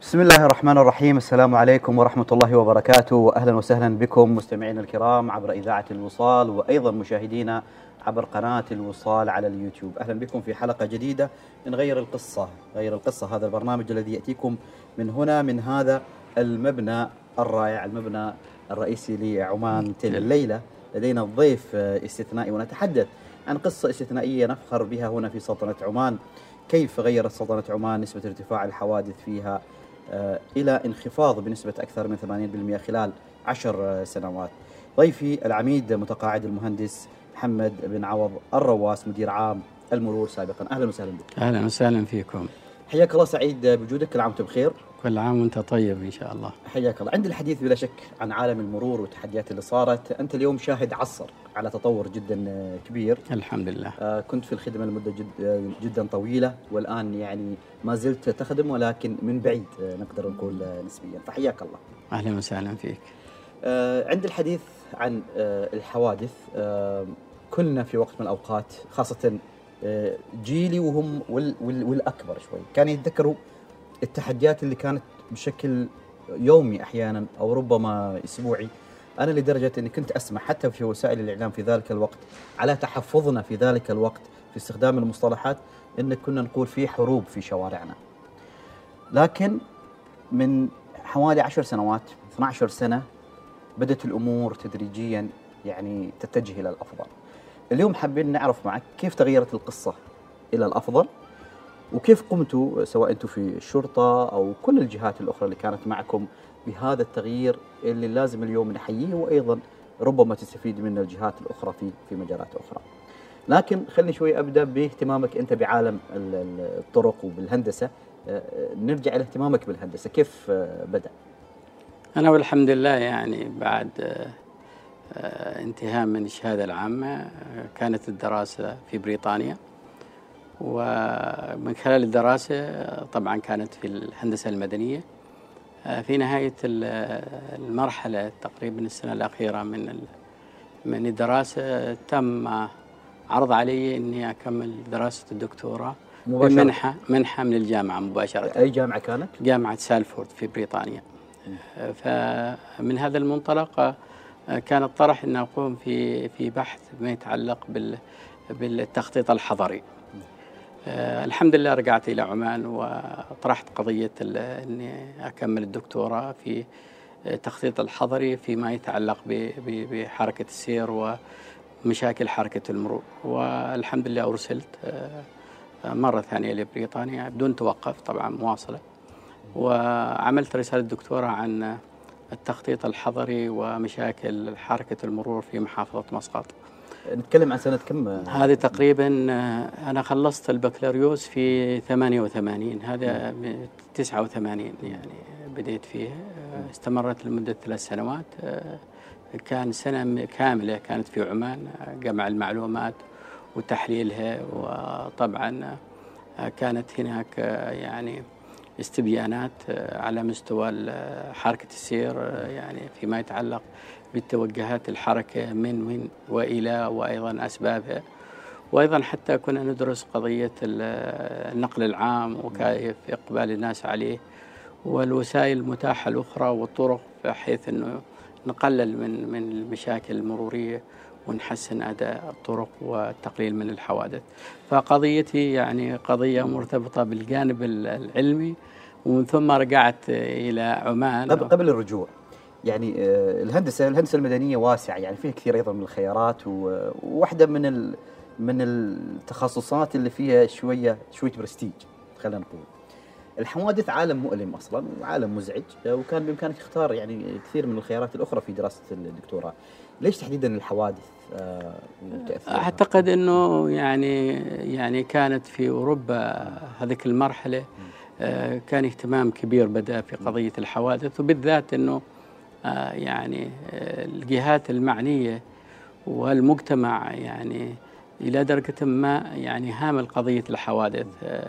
بسم الله الرحمن الرحيم. السلام عليكم ورحمة الله وبركاته، وأهلا وسهلا بكم مستمعينا الكرام عبر إذاعة الوصال، وأيضا مشاهدينا عبر قناة الوصال على اليوتيوب. أهلا بكم في حلقة جديدة من غير القصة. هذا البرنامج الذي يأتيكم من هنا، من هذا المبنى الرائع، المبنى الرئيسي لعمان تل. الليلة لدينا ضيف استثنائي، ونتحدث عن قصة استثنائية نفخر بها هنا في سلطنة عمان. كيف غيرت سلطنة عمان نسبة ارتفاع الحوادث فيها إلى انخفاض بنسبة أكثر من 80% خلال 10 سنوات. ضيفي العميد متقاعد المهندس محمد بن عوض الرواس، مدير عام المرور سابقا. أهلا وسهلا بك. أهلا وسهلا فيكم. حياك الله، سعيد بوجودك. كل عام وأنت بخير. كل عام وأنت طيب إن شاء الله. حياك الله. عندي الحديث بلا شك عن عالم المرور والتحديات اللي صارت. أنت اليوم شاهد عصر على تطور جدا كبير. الحمد لله. كنت في الخدمة لمدة جدا طويلة، والآن يعني ما زلت تخدم، ولكن من بعيد نقدر نقول نسبيا. فحياك الله. أهلا وسهلا فيك. عند الحديث عن الحوادث، كنا في وقت من الأوقات، خاصة جيلي وهم والأكبر شوي، كانوا يتذكروا التحديات اللي كانت بشكل يومي أحيانا أو ربما أسبوعي. أنا لدرجة أني كنت أسمع حتى في وسائل الإعلام في ذلك الوقت على تحفظنا في ذلك الوقت في استخدام المصطلحات، أن كنا نقول في حروب في شوارعنا. لكن من حوالي 10 سنوات 12 سنة بدأت الأمور تدريجيا يعني تتجه إلى الأفضل. اليوم حابين نعرف معك كيف تغيرت القصة إلى الأفضل، وكيف قمتوا سواء أنتم في الشرطة أو كل الجهات الأخرى اللي كانت معكم بهذا التغيير اللي لازم اليوم نحييه، وأيضا ربما تستفيد منه الجهات الأخرى في مجالات أخرى. لكن خلني شوي أبدأ باهتمامك أنت بعالم الطرق وبالهندسة. نرجع إلى اهتمامك بالهندسة، كيف بدأ؟ أنا والحمد لله يعني بعد انتهاء من الشهادة العامة كانت الدراسة في بريطانيا، ومن خلال الدراسة طبعا كانت في الهندسة المدنية. في نهاية المرحلة تقريبا السنة الأخيرة من الدراسة تم عرض علي أني أكمل دراسة الدكتوراه بمنحة من الجامعة مباشرة. أي جامعة كانت؟ جامعة سالفورد في بريطانيا. فمن هذا المنطلق كان الطرح أن أقوم في بحث ما يتعلق بالتخطيط الحضري. الحمد لله رجعت إلى عمان وطرحت قضية أني أكمل الدكتوراه في التخطيط الحضري فيما يتعلق بحركة السير ومشاكل حركة المرور. والحمد لله أرسلت مرة ثانية لبريطانيا بدون توقف طبعا مواصلة، وعملت رسالة دكتوراه عن التخطيط الحضري ومشاكل حركة المرور في محافظة مسقط. نتكلم عن سنة كم؟ هذه تقريبا أنا خلصت البكالوريوس في 88، هذا 89 يعني بديت فيه. استمرت لمدة 3 سنوات. كان سنة كاملة كانت في عمان، جمع المعلومات وتحليلها، وطبعا كانت هناك يعني استبيانات على مستوى حركة السير، يعني فيما يتعلق بتوجهات الحركة من وإلى، وأيضا أسبابها، وأيضا حتى كنا ندرس قضية النقل العام وكيف إقبال الناس عليه والوسائل المتاحة الأخرى والطرق، بحيث أنه نقلل من المشاكل المرورية ونحسن أداء الطرق والتقليل من الحوادث. فقضيتي يعني قضية مرتبطة بالجانب العلمي، ومن ثم رجعت إلى عمان. قبل الرجوع يعني الهندسة المدنية واسعة، يعني فيها كثير أيضا من الخيارات، وواحدة من التخصصات اللي فيها شوية برستيج خلينا نقول. الحوادث عالم مؤلم أصلا وعالم مزعج، وكان بإمكانك تختار يعني كثير من الخيارات الأخرى في دراسة الدكتوراه. ليش تحديدا الحوادث؟ أعتقد أنه يعني كانت في أوروبا هذيك المرحلة كان اهتمام كبير بدأ في قضية الحوادث، وبالذات أنه يعني الجهات المعنية والمجتمع يعني إلى درجة ما يعني هامل قضية الحوادث،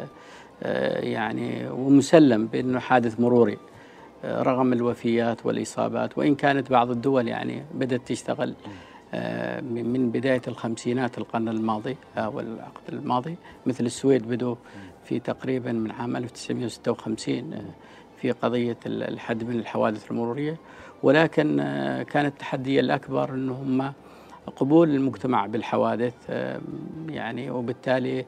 يعني ومسلم بأنه حادث مروري رغم الوفيات والإصابات. وإن كانت بعض الدول يعني بدأت تشتغل من بداية الخمسينات القرن الماضي أو العقد الماضي، مثل السويد بدوا في تقريبا من عام 1956 في قضية الحد من الحوادث المرورية، ولكن كان التحدي الأكبر أنه هم قبول المجتمع بالحوادث يعني، وبالتالي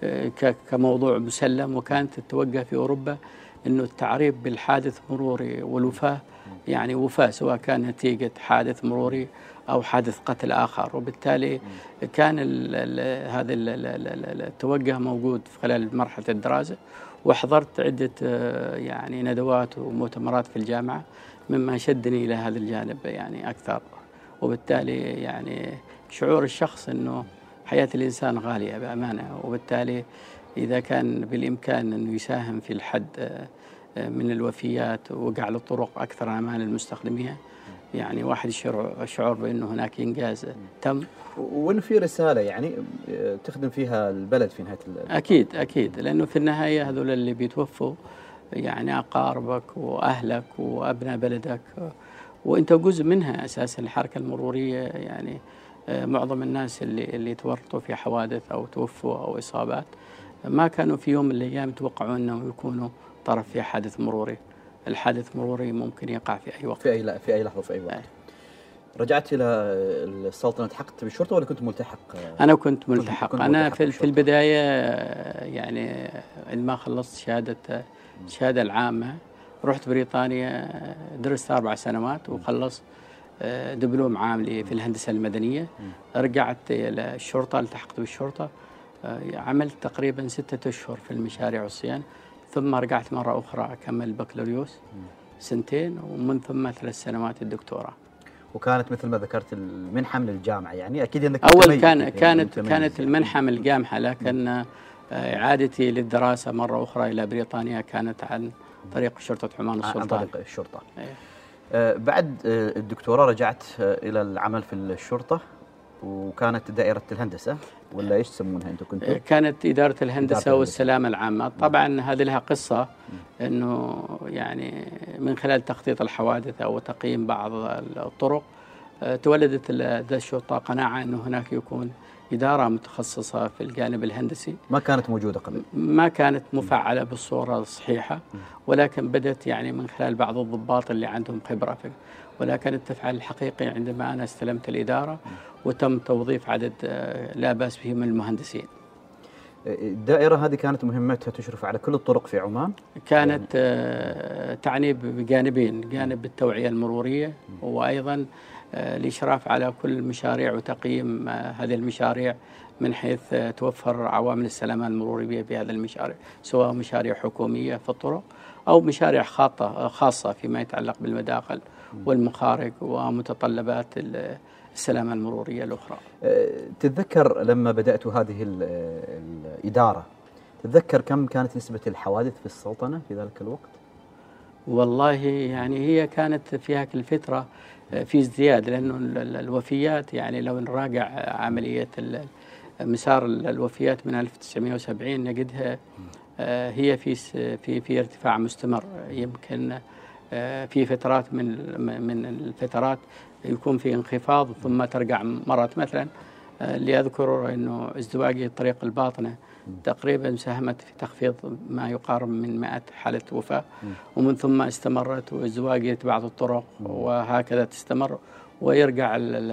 كموضوع مسلم. وكانت تتوجه في أوروبا أنه التعريف بالحادث مروري والوفاة يعني وفاة، سواء كان نتيجة حادث مروري أو حادث قتل آخر. وبالتالي كان هذا التوجه موجود خلال مرحلة الدراسة، وحضرت عدة يعني ندوات ومؤتمرات في الجامعة مما شدني إلى هذا الجانب يعني أكثر. وبالتالي يعني شعور الشخص أنه حياة الإنسان غالية بأمانة، وبالتالي إذا كان بالإمكان أنه يساهم في الحد من الوفيات وجعل الطرق أكثر أمان للمستخدمين، يعني واحد شعور بأنه هناك إنجاز تم، وإنه في رسالة يعني تخدم فيها البلد في نهاية أكيد، لأنه في النهاية هذول اللي بيتوفوا يعني أقاربك وأهلك وأبناء بلدك، وأنت جزء منها أساسا. الحركة المرورية يعني معظم الناس اللي تورطوا في حوادث أو توفوا أو إصابات ما كانوا في يوم من الأيام يتوقعوا أنه يكونوا طرف في حادث مروري. الحادث المروري ممكن يقع في أي وقت، في أي لحظة، في أي وقت. رجعت إلى السلطنة، التحقت بالشرطة ولا كنت ملتحق؟ أنا كنت ملتحق. أنا في البداية يعني عندما خلصت الشهادة العامة رحت بريطانيا، درست 4 سنوات وخلصت دبلوم عام في الهندسة المدنية. رجعت إلى الشرطة، التحقت بالشرطة، عملت تقريبا 6 أشهر في المشاريع والصيانة، ثم رجعت مرة أخرى أكمل البكالوريوس 2 ومن ثم 3 سنوات الدكتوراه. وكانت مثل ما ذكرت المنحة من الجامعة، يعني أكيد أنك أول كانت المنحة من الجامعة، لكن إعادتي للدراسة مرة أخرى إلى بريطانيا كانت عن طريق شرطة عمان السلطان. عن طريق الشرطة. بعد الدكتوراه رجعت إلى العمل في الشرطة، وكانت دائرة الهندسة ولا إيش تسمونها أنتم كنتوا؟ كانت إدارة الهندسة والسلامة العامة. طبعا هذه لها قصة، أنه يعني من خلال تخطيط الحوادث أو تقييم بعض الطرق تولدت لدى الشرطة قناعة أنه هناك يكون إدارة متخصصة في الجانب الهندسي. ما كانت موجودة قبل، ما كانت مفعلة بالصورة الصحيحة، ولكن بدت يعني من خلال بعض الضباط اللي عندهم خبرة فيه، ولكن التفعيل الحقيقي عندما أنا استلمت الإدارة وتم توظيف عدد لا بأس به من المهندسين. الدائرة هذه كانت مهمتها تشرف على كل الطرق في عمان؟ كانت تعني بجانبين، جانب التوعية المرورية وأيضا الإشراف على كل المشاريع وتقييم هذه المشاريع من حيث توفر عوامل السلامة المرورية في هذه المشاريع، سواء مشاريع حكومية في الطرق أو مشاريع خاصة فيما يتعلق بالمداخل والمخارج ومتطلبات السلامة المرورية الأخرى. تتذكر لما بدأت هذه الإدارة، تتذكر كم كانت نسبة الحوادث في السلطنة في ذلك الوقت؟ والله يعني هي كانت في هذه الفترة في ازدياد، لأنه الوفيات يعني لو نراجع عملية مسار الوفيات من 1970 نجدها هي في ارتفاع مستمر. يمكن في فترات من الفترات يكون في انخفاض ثم ترجع مرات. مثلا اللي أذكر أنه ازدواجية الطريق الباطنة تقريبا ساهمت في تخفيض ما يقارب من 100 حالة وفاة، ومن ثم استمرت وازدواجية بعض الطرق وهكذا تستمر، ويرجع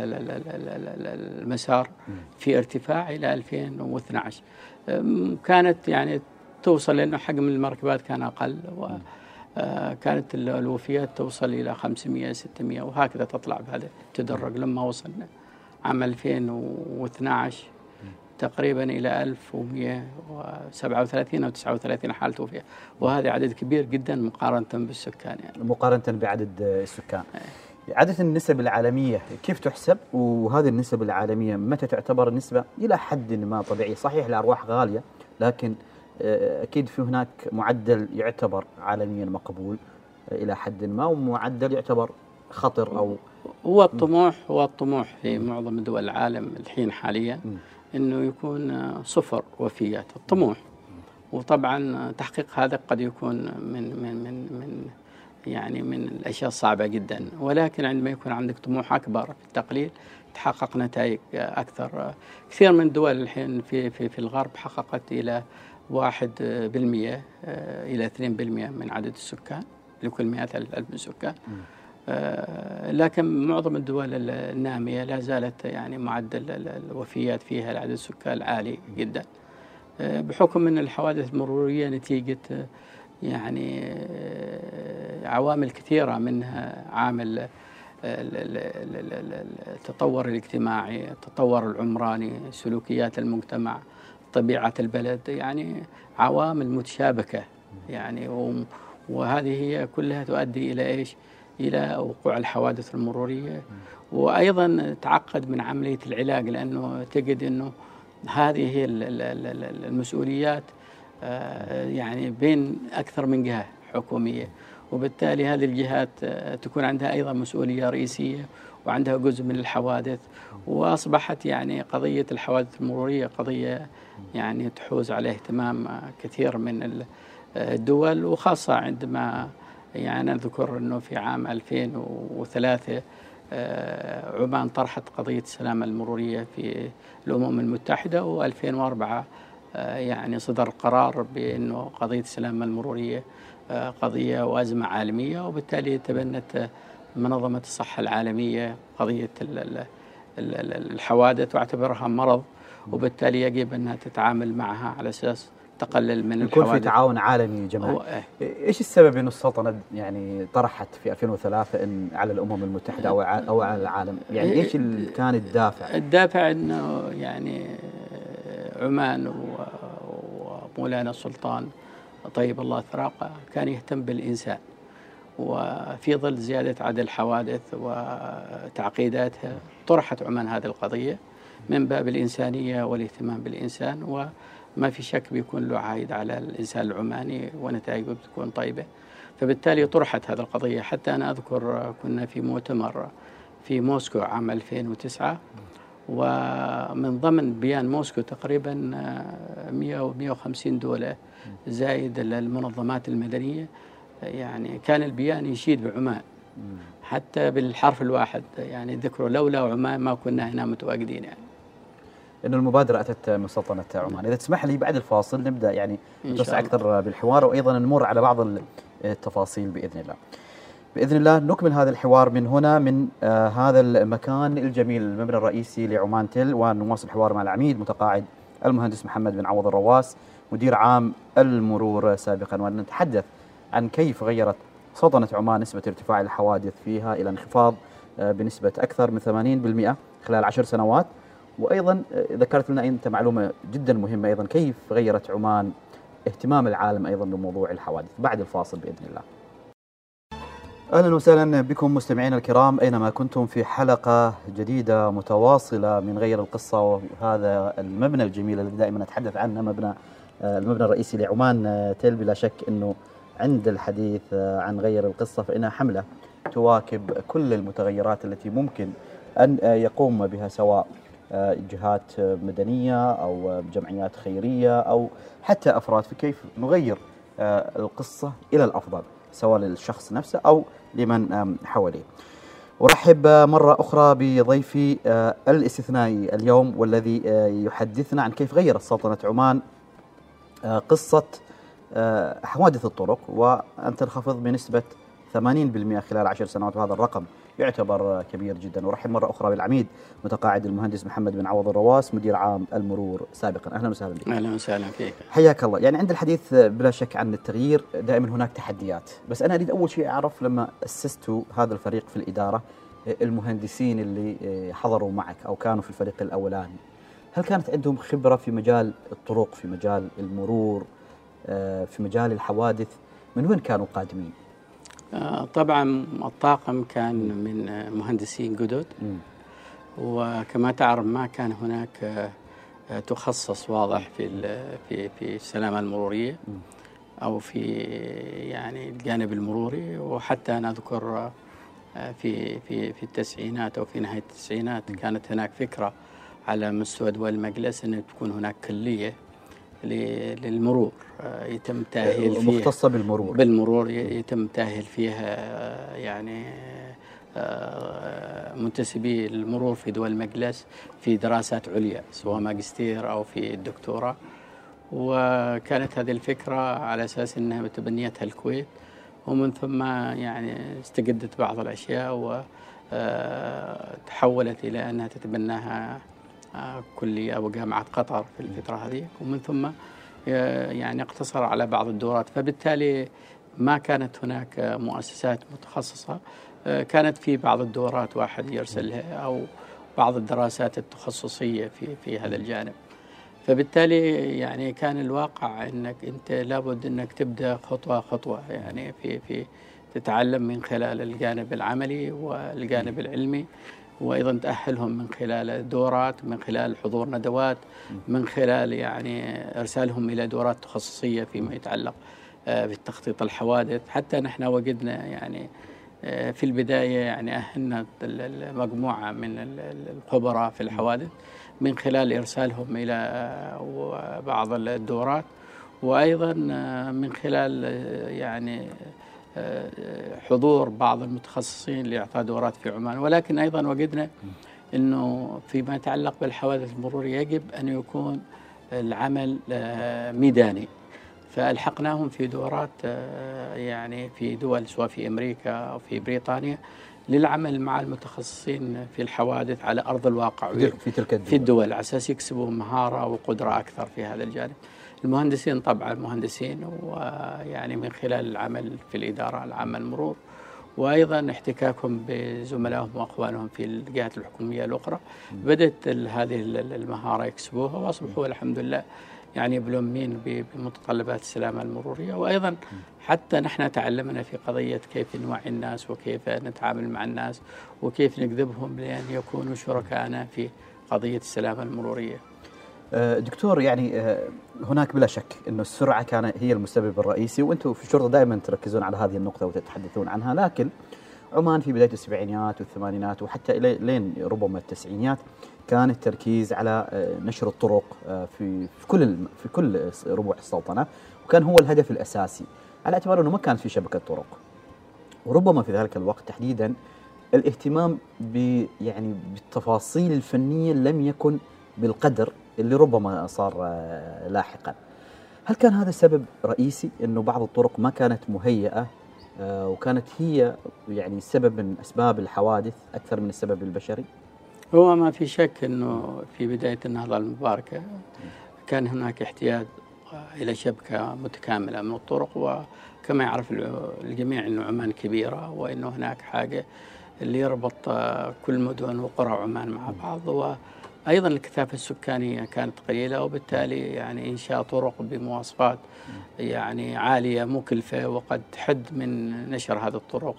المسار في ارتفاع إلى 2012. كانت يعني توصل، لأنه حجم المركبات كان أقل، وكانت الوفيات توصل إلى 500 600 وهكذا تطلع بهذا التدرج، لما وصلنا عام 2012 تقريبا إلى 1137 أو 39 حالة وفاة، وهذا عدد كبير جدا مقارنة بالسكان، يعني مقارنة بعدد السكان. عادة النسب العالمية كيف تحسب؟ وهذه النسب العالمية متى تعتبر نسبة إلى حد ما طبيعي؟ صحيح الأرواح غالية، لكن أكيد في هناك معدل يعتبر عالميا مقبول إلى حد ما، ومعدل يعتبر خطر أو هو الطموح في معظم دول العالم الحين حاليا إنه يكون 0 وفيات، الطموح. وطبعا تحقيق هذا قد يكون من يعني من الأشياء الصعبة جدا، ولكن عندما يكون عندك طموح أكبر في التقليل تحقق نتائج أكثر. كثير من الدول الحين في الغرب حققت إلى 1% إلى 2% من عدد السكان لكل 100,000 من سكان. لكن معظم الدول النامية لا زالت يعني معدل الوفيات فيها لعدد السكان عالي جدا، بحكم أن الحوادث المرورية نتيجة يعني عوامل كثيرة، منها عامل التطور الاجتماعي، التطور العمراني، سلوكيات المجتمع، طبيعة البلد، يعني عوامل متشابكة يعني. وهذه هي كلها تؤدي إلى إيش؟ إلى وقوع الحوادث المرورية. وأيضا تعقد من عملية العلاج، لأنه تجد أنه هذه هي المسؤوليات يعني بين أكثر من جهة حكومية، وبالتالي هذه الجهات تكون عندها أيضا مسؤولية رئيسية وعندها جزء من الحوادث. وأصبحت يعني قضية الحوادث المرورية قضية يعني تحوز على اهتمام كثير من الدول، وخاصة عندما يعني أذكر أنه في عام 2003 عمان طرحت قضية السلامة المرورية في الأمم المتحدة، و2004 يعني صدر قرار بأنه قضية السلامة المرورية قضية وأزمة عالمية، وبالتالي تبنت منظمة الصحة العالمية قضية الحوادث واعتبرها مرض، وبالتالي يجب أنها تتعامل معها على أساس تقلل من الحوادث. يكون في تعاون عالمي جماعي. ايش السبب انه السلطنة يعني طرحت في 2003 إن على الأمم المتحدة أو على العالم؟ يعني ايش كان الدافع؟ الدافع انه يعني عمان ومولانا السلطان طيب الله ثراقه كان يهتم بالإنسان، وفي ظل زيادة عدد الحوادث وتعقيداتها طرحت عمان هذه القضية من باب الإنسانية والاهتمام بالإنسان، وما في شك بيكون له عائد على الإنسان العماني ونتائجه بتكون طيبة. فبالتالي طرحت هذه القضية. حتى أنا أذكر كنا في مؤتمر في موسكو عام 2009، ومن ضمن بيان موسكو تقريبا 100 و 150 دولة زائد المنظمات المدنية، يعني كان البيان يشيد بعمان حتى بالحرف الواحد، يعني ذكروا لولا عمان ما كنا هنا متواجدين. يعني إنه المبادرة أتت من سلطنة عمان. إذا تسمح لي بعد الفاصل نبدأ يعني نتوسع أكثر بالحوار، وأيضا نمر على بعض التفاصيل بإذن الله نكمل هذا الحوار من هنا من هذا المكان الجميل، المبنى الرئيسي لعمان تل، ونواصل الحوار مع العميد متقاعد المهندس محمد بن عوض الرواس مدير عام المرور سابقا، ونتحدث عن كيف غيرت سلطنة عمان نسبة ارتفاع الحوادث فيها إلى انخفاض بنسبة أكثر من 80% خلال 10 سنوات. وأيضا ذكرت لنا أنت معلومة جدا مهمة أيضا، كيف غيرت عمان اهتمام العالم أيضا بموضوع الحوادث. بعد الفاصل بإذن الله. أهلا وسهلا بكم مستمعينا الكرام أينما كنتم في حلقة جديدة متواصلة من غير القصة، وهذا المبنى الجميل الذي دائما نتحدث عنه، المبنى الرئيسي لعمان تل. بلا شك أنه عند الحديث عن غير القصة فإنها حملة تواكب كل المتغيرات التي ممكن أن يقوم بها سواء جهات مدنية أو جمعيات خيرية أو حتى أفراد، في كيف نغير القصة إلى الأفضل سواء للشخص نفسه أو لمن حواليه. أرحب مرة أخرى بضيفي الاستثنائي اليوم، والذي يحدثنا عن كيف غيرت سلطنة عمان قصة حوادث الطرق، وأن تنخفض بنسبة 80% خلال 10 سنوات، وهذا الرقم يعتبر كبير جدا. ورحب مرة أخرى بالعميد متقاعد المهندس محمد بن عوض الرواس مدير عام المرور سابقا. أهلا وسهلا بك. أهلا وسهلا فيك، حياك الله. يعني عند الحديث بلا شك عن التغيير دائما هناك تحديات، بس أنا أريد أول شيء أعرف لما أسستوا هذا الفريق في الإدارة، المهندسين اللي حضروا معك أو كانوا في الفريق الأولاني، هل كانت عندهم خبرة في مجال الطرق، في مجال المرور، في مجال الحوادث؟ من وين كانوا قادمين؟ طبعا الطاقم كان من مهندسين جدد، وكما تعرف ما كان هناك تخصص واضح في السلامة المرورية أو في يعني الجانب المروري. وحتى أنا أذكر في التسعينات أو في نهاية التسعينات كانت هناك فكرة على مستوى دول المجلس أن تكون هناك كلية للمرور يتم تأهيل فيها، مختصة بالمرور يتم تأهيل فيها يعني منتسبي المرور في دول المجلس في دراسات عليا سواء ماجستير أو في الدكتوراه. وكانت هذه الفكرة على أساس أنها تبنيتها الكويت، ومن ثم يعني استجدت بعض الأشياء وتحولت إلى أنها تتبناها كلية أو جامعة قطر في الفترة هذه، ومن ثم يعني اقتصر على بعض الدورات. فبالتالي ما كانت هناك مؤسسات متخصصة، كانت في بعض الدورات واحد يرسلها أو بعض الدراسات التخصصية في هذا الجانب. فبالتالي يعني كان الواقع أنك أنت لابد أنك تبدأ خطوة خطوة، يعني في تتعلم من خلال الجانب العملي والجانب العلمي، وأيضا تأهلهم من خلال دورات، من خلال حضور ندوات، من خلال يعني إرسالهم إلى دورات تخصصية فيما يتعلق بالتخطيط الحوادث. حتى نحن وجدنا يعني في البداية يعني أهلنا مجموعة من الخبراء في الحوادث من خلال إرسالهم إلى بعض الدورات، وأيضا من خلال يعني حضور بعض المتخصصين لإعطاء دورات في عمان. ولكن أيضا وجدنا أنه فيما يتعلق بالحوادث المرورية يجب أن يكون العمل ميداني، فألحقناهم في دورات يعني في دول سواء في أمريكا أو في بريطانيا للعمل مع المتخصصين في الحوادث على أرض الواقع في تلك في الدول، على أساس يكسبوا مهارة وقدرة أكثر في هذا الجانب. المهندسين طبعا مهندسين، ويعني من خلال العمل في الإدارة العامة المرور، وأيضا احتكاكهم بزملائهم وأخوانهم في الجهات الحكومية الأخرى، بدأت هذه المهارة يكسبوها وأصبحوا الحمد لله يعني ملمين بمتطلبات السلامة المرورية. وأيضا حتى نحن تعلمنا في قضية كيف نوعي الناس وكيف نتعامل مع الناس وكيف نجذبهم لأن يكونوا شركائنا في قضية السلامة المرورية. دكتور، يعني هناك بلا شك أنه السرعة كانت هي المسبب الرئيسي، وأنتم في الشرطة دائما تركزون على هذه النقطة وتتحدثون عنها. لكن عمان في بداية السبعينات والثمانينات وحتى لين ربما التسعينيات كان التركيز على نشر الطرق في كل ربوع السلطنة، وكان هو الهدف الأساسي، على اعتبار أنه ما كان في شبكة طرق. وربما في ذلك الوقت تحديدا الاهتمام يعني بالتفاصيل الفنية لم يكن بالقدر اللي ربما صار لاحقا. هل كان هذا سبب رئيسي أنه بعض الطرق ما كانت مهيئة وكانت هي يعني سبب من أسباب الحوادث أكثر من السبب البشري؟ هو ما في شك أنه في بداية النهضة المباركة كان هناك احتياج إلى شبكة متكاملة من الطرق، وكما يعرف الجميع أنه عمان كبيرة وأنه هناك حاجة اللي يربط كل مدن وقرى عمان مع بعض، وأيضا الكثافة السكانية كانت قليلة، وبالتالي يعني إنشاء طرق بمواصفات يعني عالية مكلفة وقد تحد من نشر هذه الطرق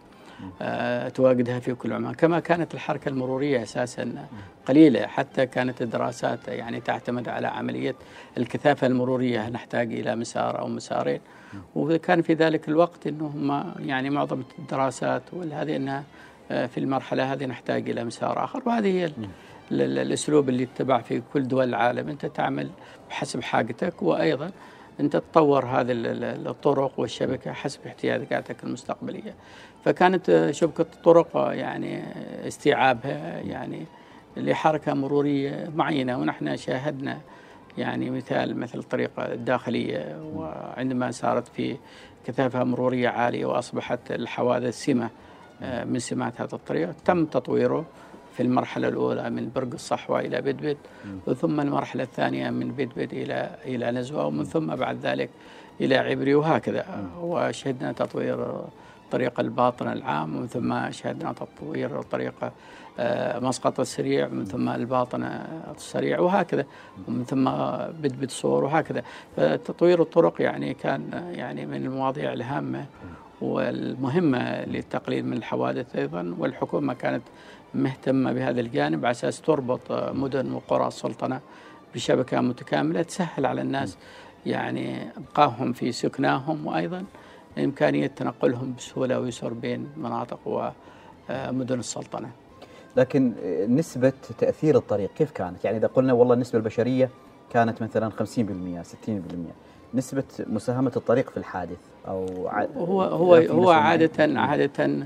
وتواجدها في كل عمان. كما كانت الحركة المرورية أساسا قليلة، حتى كانت الدراسات يعني تعتمد على عملية الكثافة المرورية، نحتاج إلى مسار أو مسارين، وكان في ذلك الوقت أنه هم يعني معظم الدراسات والهذه أنها في المرحلة هذه نحتاج إلى مسار آخر. وهذه هي الأسلوب اللي اتبع في كل دول العالم، أنت تعمل بحسب حاجتك، وأيضا أنت تطور هذه الطرق والشبكة حسب احتياجاتك المستقبلية. فكانت شبكة الطرق يعني استيعابها يعني لحركة مرورية معينة، ونحن شاهدنا يعني مثل الطريقة الداخلية، وعندما صارت في كثافة مرورية عالية وأصبحت الحوادث سمة من سمات هذا الطريق، تم تطويره في المرحلة الأولى من برج الصحوة إلى بدبد، وثم المرحلة الثانية من بدبد إلى نزوة، ومن ثم بعد ذلك إلى عبري، وهكذا. وشهدنا تطوير طريق الباطن العام، ومن ثم شهدنا تطوير طريق مسقط السريع، ومن ثم الباطن السريع، وهكذا، ومن ثم بدبد صور، وهكذا. فتطوير الطرق يعني كان يعني من المواضيع الهامة والمهمة للتقليل من الحوادث أيضا، والحكومة كانت مهتمة بهذا الجانب على أساس تربط مدن وقرى السلطنة بشبكة متكاملة تسهل على الناس يعني إبقائهم في سكناهم، وأيضا إمكانية تنقلهم بسهولة ويسر بين مناطق ومدن السلطنة. لكن نسبة تأثير الطريق كيف كانت؟ يعني إذا قلنا والله النسبة البشرية كانت مثلا 50% 60%، نسبة مساهمة الطريق في الحادث أو هو عادة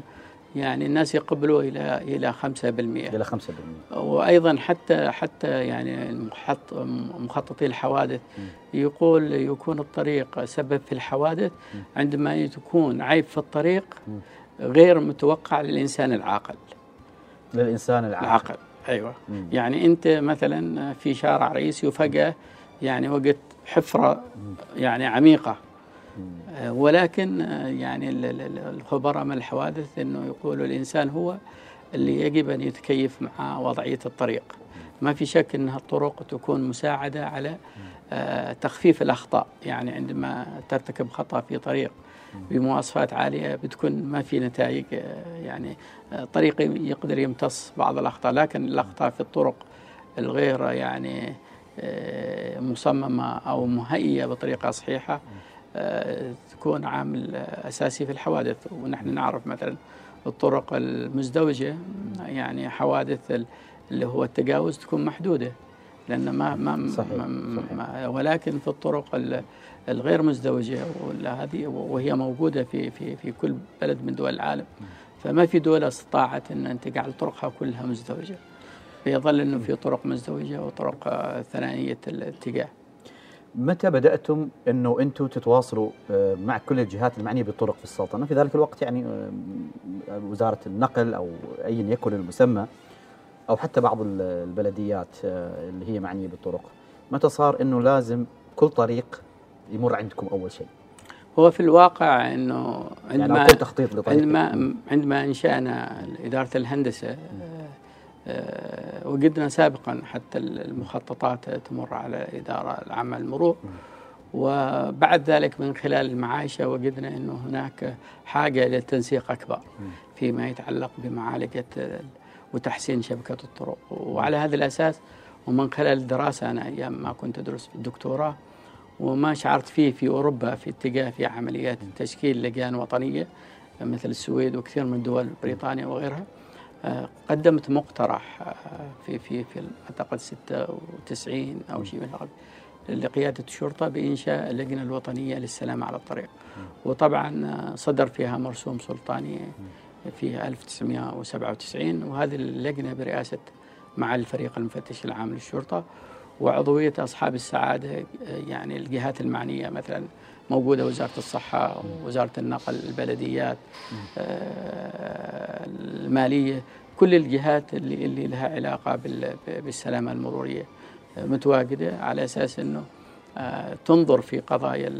يعني الناس يقبلوا إلى 5%. إلى 5%. وأيضا حتى يعني مخططي الحوادث يقول يكون الطريق سبب في الحوادث عندما يكون عيب في الطريق غير متوقع للإنسان العاقل. للإنسان العاقل. أيوة. يعني أنت مثلا في شارع رئيسي وفجأة يعني وقت حفرة يعني عميقة، ولكن يعني الخبراء من الحوادث أنه يقولوا الإنسان هو اللي يجب أن يتكيف مع وضعية الطريق. ما في شك أن الطرق تكون مساعدة على تخفيف الأخطاء. يعني عندما ترتكب خطأ في طريق بمواصفات عالية بتكون ما في نتائج، يعني طريق يقدر يمتص بعض الأخطاء، لكن الأخطاء في الطرق الغير يعني مصممة أو مهيئة بطريقة صحيحة تكون عامل أساسي في الحوادث. ونحن نعرف مثلا الطرق المزدوجة يعني حوادث اللي هو التجاوز تكون محدودة، لأن صحيح. ولكن في الطرق الغير مزدوجة هذه وهي موجودة في كل بلد من دول العالم، فما في دولة استطاعت أن تجعل طرقها كلها مزدوجة، فيظل أنه في طرق مزدوجة وطرق ثنائية الاتجاه. متى بدأتم أنه أنتم تتواصلوا مع كل الجهات المعنية بالطرق في السلطنة؟ في ذلك الوقت يعني وزارة النقل أو أي يكن المسمى أو حتى بعض البلديات اللي هي معنية بالطرق، متى صار أنه لازم كل طريق يمر عندكم أول شيء؟ هو في الواقع أنه عندما يعني تخطيط لطريق عندما أنشأنا إدارة الهندسة وجدنا سابقا حتى المخططات تمر على الإدارة العامة للمرور، وبعد ذلك من خلال المعايشة وجدنا أنه هناك حاجة للتنسيق أكبر فيما يتعلق بمعالجة وتحسين شبكة الطرق. وعلى هذا الأساس ومن خلال الدراسة، أنا أيام ما كنت أدرس الدكتوراه وما شعرت فيه في أوروبا في اتجاه في عمليات تشكيل لجان وطنية مثل السويد وكثير من دول بريطانيا وغيرها، قدمت مقترح في أعتقد 96 أو شيء من هذا لقيادة الشرطة بإنشاء اللجنة الوطنية للسلامة على الطريق، وطبعا صدر فيها مرسوم سلطاني في 1997، وهذه اللجنة برئاسة مع الفريق المفتش العام للشرطة وعضوية أصحاب السعادة، يعني الجهات المعنية مثلا موجودة وزارة الصحة ووزارة النقل، البلديات، المالية، كل الجهات اللي لها علاقة بالسلامة المرورية متواجدة على أساس أنه تنظر في قضايا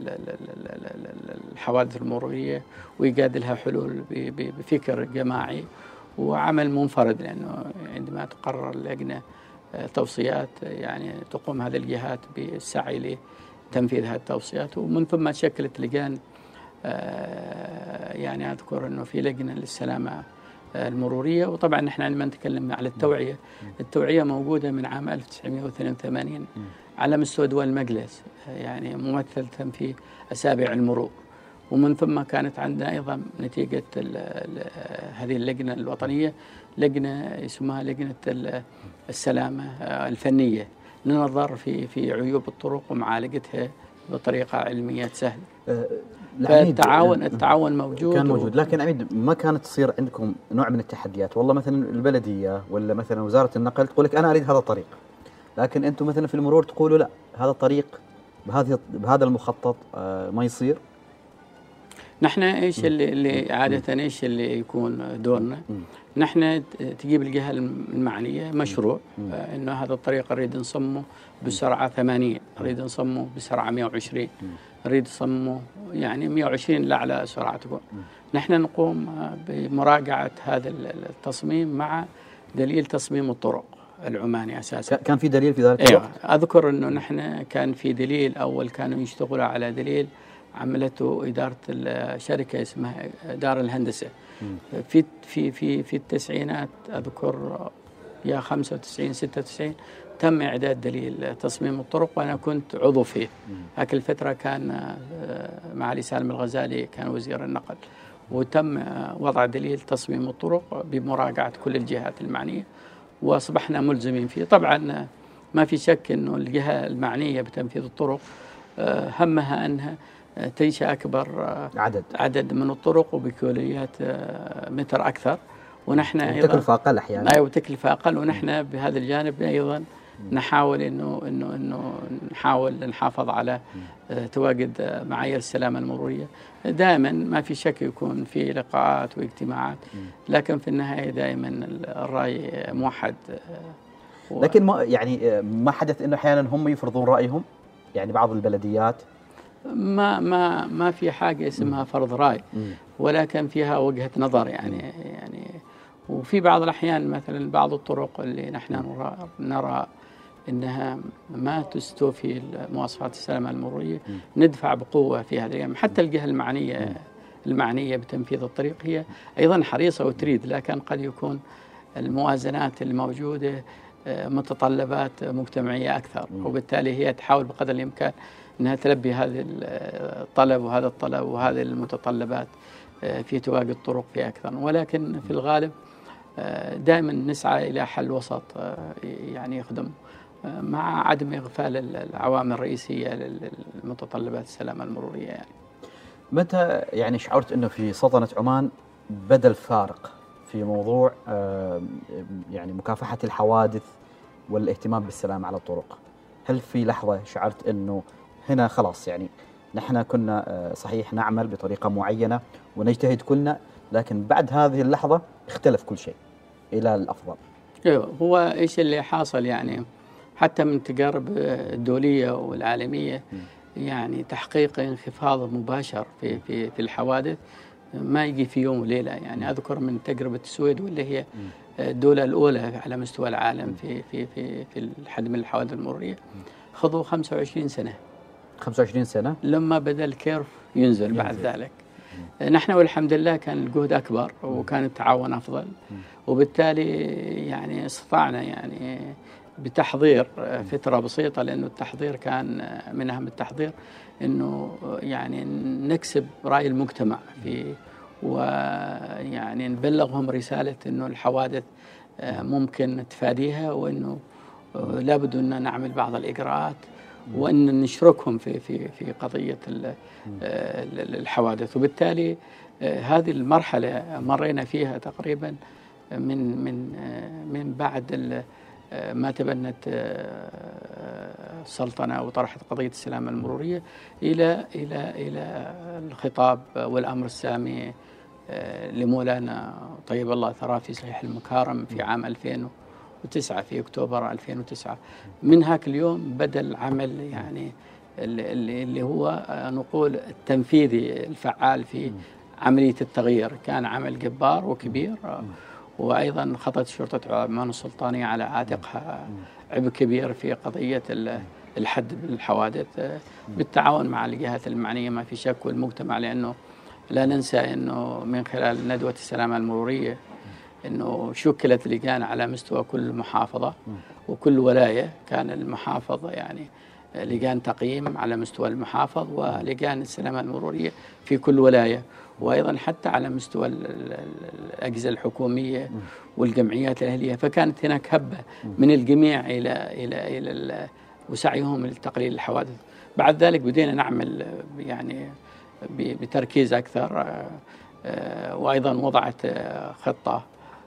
الحوادث المرورية وإيجاد لها حلول بفكر جماعي وعمل منفرد، لأنه عندما تقرر اللجنة توصيات يعني تقوم هذه الجهات بالسعي لتنفيذ هذه التوصيات، ومن ثم شكلت لجان. يعني أذكر أنه في لجنة للسلامة المرورية، وطبعا نحن عندما نتكلم على التوعية موجودة من عام 1982 على مستوى دول المجلس، يعني ممثلة في أسابع المرور، ومن ثم كانت عندنا أيضا نتيجة هذه اللجنة الوطنية لجنة اسمها لجنة السلامة الفنية لنظر في عيوب الطرق ومعالجتها بطريقة علمية سهلة. التعاون موجود كان موجود، لكن عميد ما كانت تصير عندكم نوع من التحديات؟ والله مثلا البلدية ولا مثلا وزارة النقل تقول لك أنا أريد هذا الطريق، لكن أنتم مثلا في المرور تقولوا لا هذا الطريق بهذا المخطط ما يصير. نحن إيش اللي عادة إيش اللي يكون دورنا؟ نحن تجيب الجهة المعنية مشروع إنه هذا الطريق نريد نصمه بسرعة 80، نريد نصمه بسرعة 120، نريد نصمه يعني 120 لأعلى سرعة تكون. نحن نقوم بمراجعة هذا التصميم مع دليل تصميم الطرق العماني أساسا. كان في دليل في ذلك الوقت؟ أذكر إنه نحن كان في دليل أول كانوا يشتغلوا على دليل عملته إدارة الشركة اسمها دار الهندسة في التسعينات، أذكر يا 95 96 تم إعداد دليل تصميم الطرق وأنا كنت عضو فيه. هاك الفترة كان معالي سالم الغزالي كان وزير النقل، وتم وضع دليل تصميم الطرق بمراجعة كل الجهات المعنية وأصبحنا ملزمين فيه. طبعا ما في شك أنه الجهة المعنية بتنفيذ الطرق همها أنها تنشأ أكبر عدد من الطرق وبكليات متر أكثر، ونحن أيضا تكلفة أقل أحيانا. أيوة تكلفة أقل، ونحن بهذا الجانب أيضا نحاول إنه نحاول نحافظ على تواجد معايير السلامة المرورية. دائما ما في شك يكون في لقاءات واجتماعات، لكن في النهاية دائما الرأي موحد. لكن ما حدث إنه أحيانا هم يفرضون رأيهم، يعني بعض البلديات ما في حاجة اسمها فرض رأي، ولكن فيها وجهة نظر يعني وفي بعض الأحيان مثلا بعض الطرق اللي نحن نرى أنها ما تستوفي مواصفات السلامة المرورية ندفع بقوة في هذا الأيام. حتى الجهة المعنية بتنفيذ الطريق هي أيضا حريصة وتريد، لكن قد يكون الموازنات الموجودة متطلبات مجتمعية أكثر، وبالتالي هي تحاول بقدر الإمكان أنها تلبي هذا الطلب وهذه المتطلبات في تواجد طرق في أكثر. ولكن في الغالب دائما نسعى إلى حل وسط يعني يخدم مع عدم إغفال العوامل الرئيسية للمتطلبات السلامة المرورية. يعني متى يعني شعرت أنه في سلطنة عمان بدأ الفارق في موضوع يعني مكافحة الحوادث والاهتمام بالسلام على الطرق؟ هل في لحظة شعرت أنه هنا خلاص يعني نحن كنا صحيح نعمل بطريقة معينة ونجتهد كلنا، لكن بعد هذه اللحظة اختلف كل شيء إلى الأفضل؟ هو إيش اللي حاصل يعني حتى من التجارب الدولية والعالمية، يعني تحقيق انخفاض مباشر في الحوادث ما يجي في يوم وليلة. يعني أذكر من تجربة السويد واللي هي الدولة الأولى على مستوى العالم في الحد من الحوادث المرورية، خذوا 25 سنة 25 سنة لما بدأ الكيرف ينزل بعد ذلك. نحن والحمد لله كان الجهد أكبر وكان التعاون أفضل، وبالتالي يعني استطعنا يعني بتحضير فترة بسيطة، لأنه التحضير كان من أهم التحضير أنه يعني نكسب رأي المجتمع ويعني نبلغهم رسالة أنه الحوادث ممكن تفاديها، وأنه لابد أن نعمل بعض الإجراءات وأن نشركهم في قضية الحوادث. وبالتالي هذه المرحلة مرينا فيها تقريبا من بعد ما تبنت السلطنة وطرحت قضية السلامة المرورية إلى الخطاب والأمر السامي لمولانا طيب الله ثراه في صحيح المكارم في عام 2009 في أكتوبر 2009. من هاك اليوم بدأ العمل يعني اللي هو نقول التنفيذي الفعال في عملية التغيير. كان عمل جبار وكبير، وأيضا خطت شرطة عمان السلطانية على عاتقها عبء كبير في قضية الحد من الحوادث بالتعاون مع الجهات المعنية ما في شك والمجتمع، لأنه لا ننسى أنه من خلال ندوة السلامة المرورية أنه شكلت لجان على مستوى كل محافظة وكل ولاية. كان المحافظة يعني لجان تقييم على مستوى المحافظ ولجان السلامة المرورية في كل ولاية، وأيضا حتى على مستوى الأجهزة الحكومية والجمعيات الأهلية. فكانت هناك هبة من الجميع إلى وسعيهم لتقليل الحوادث. بعد ذلك بدينا نعمل يعني بتركيز أكثر، وأيضا وضعت خطة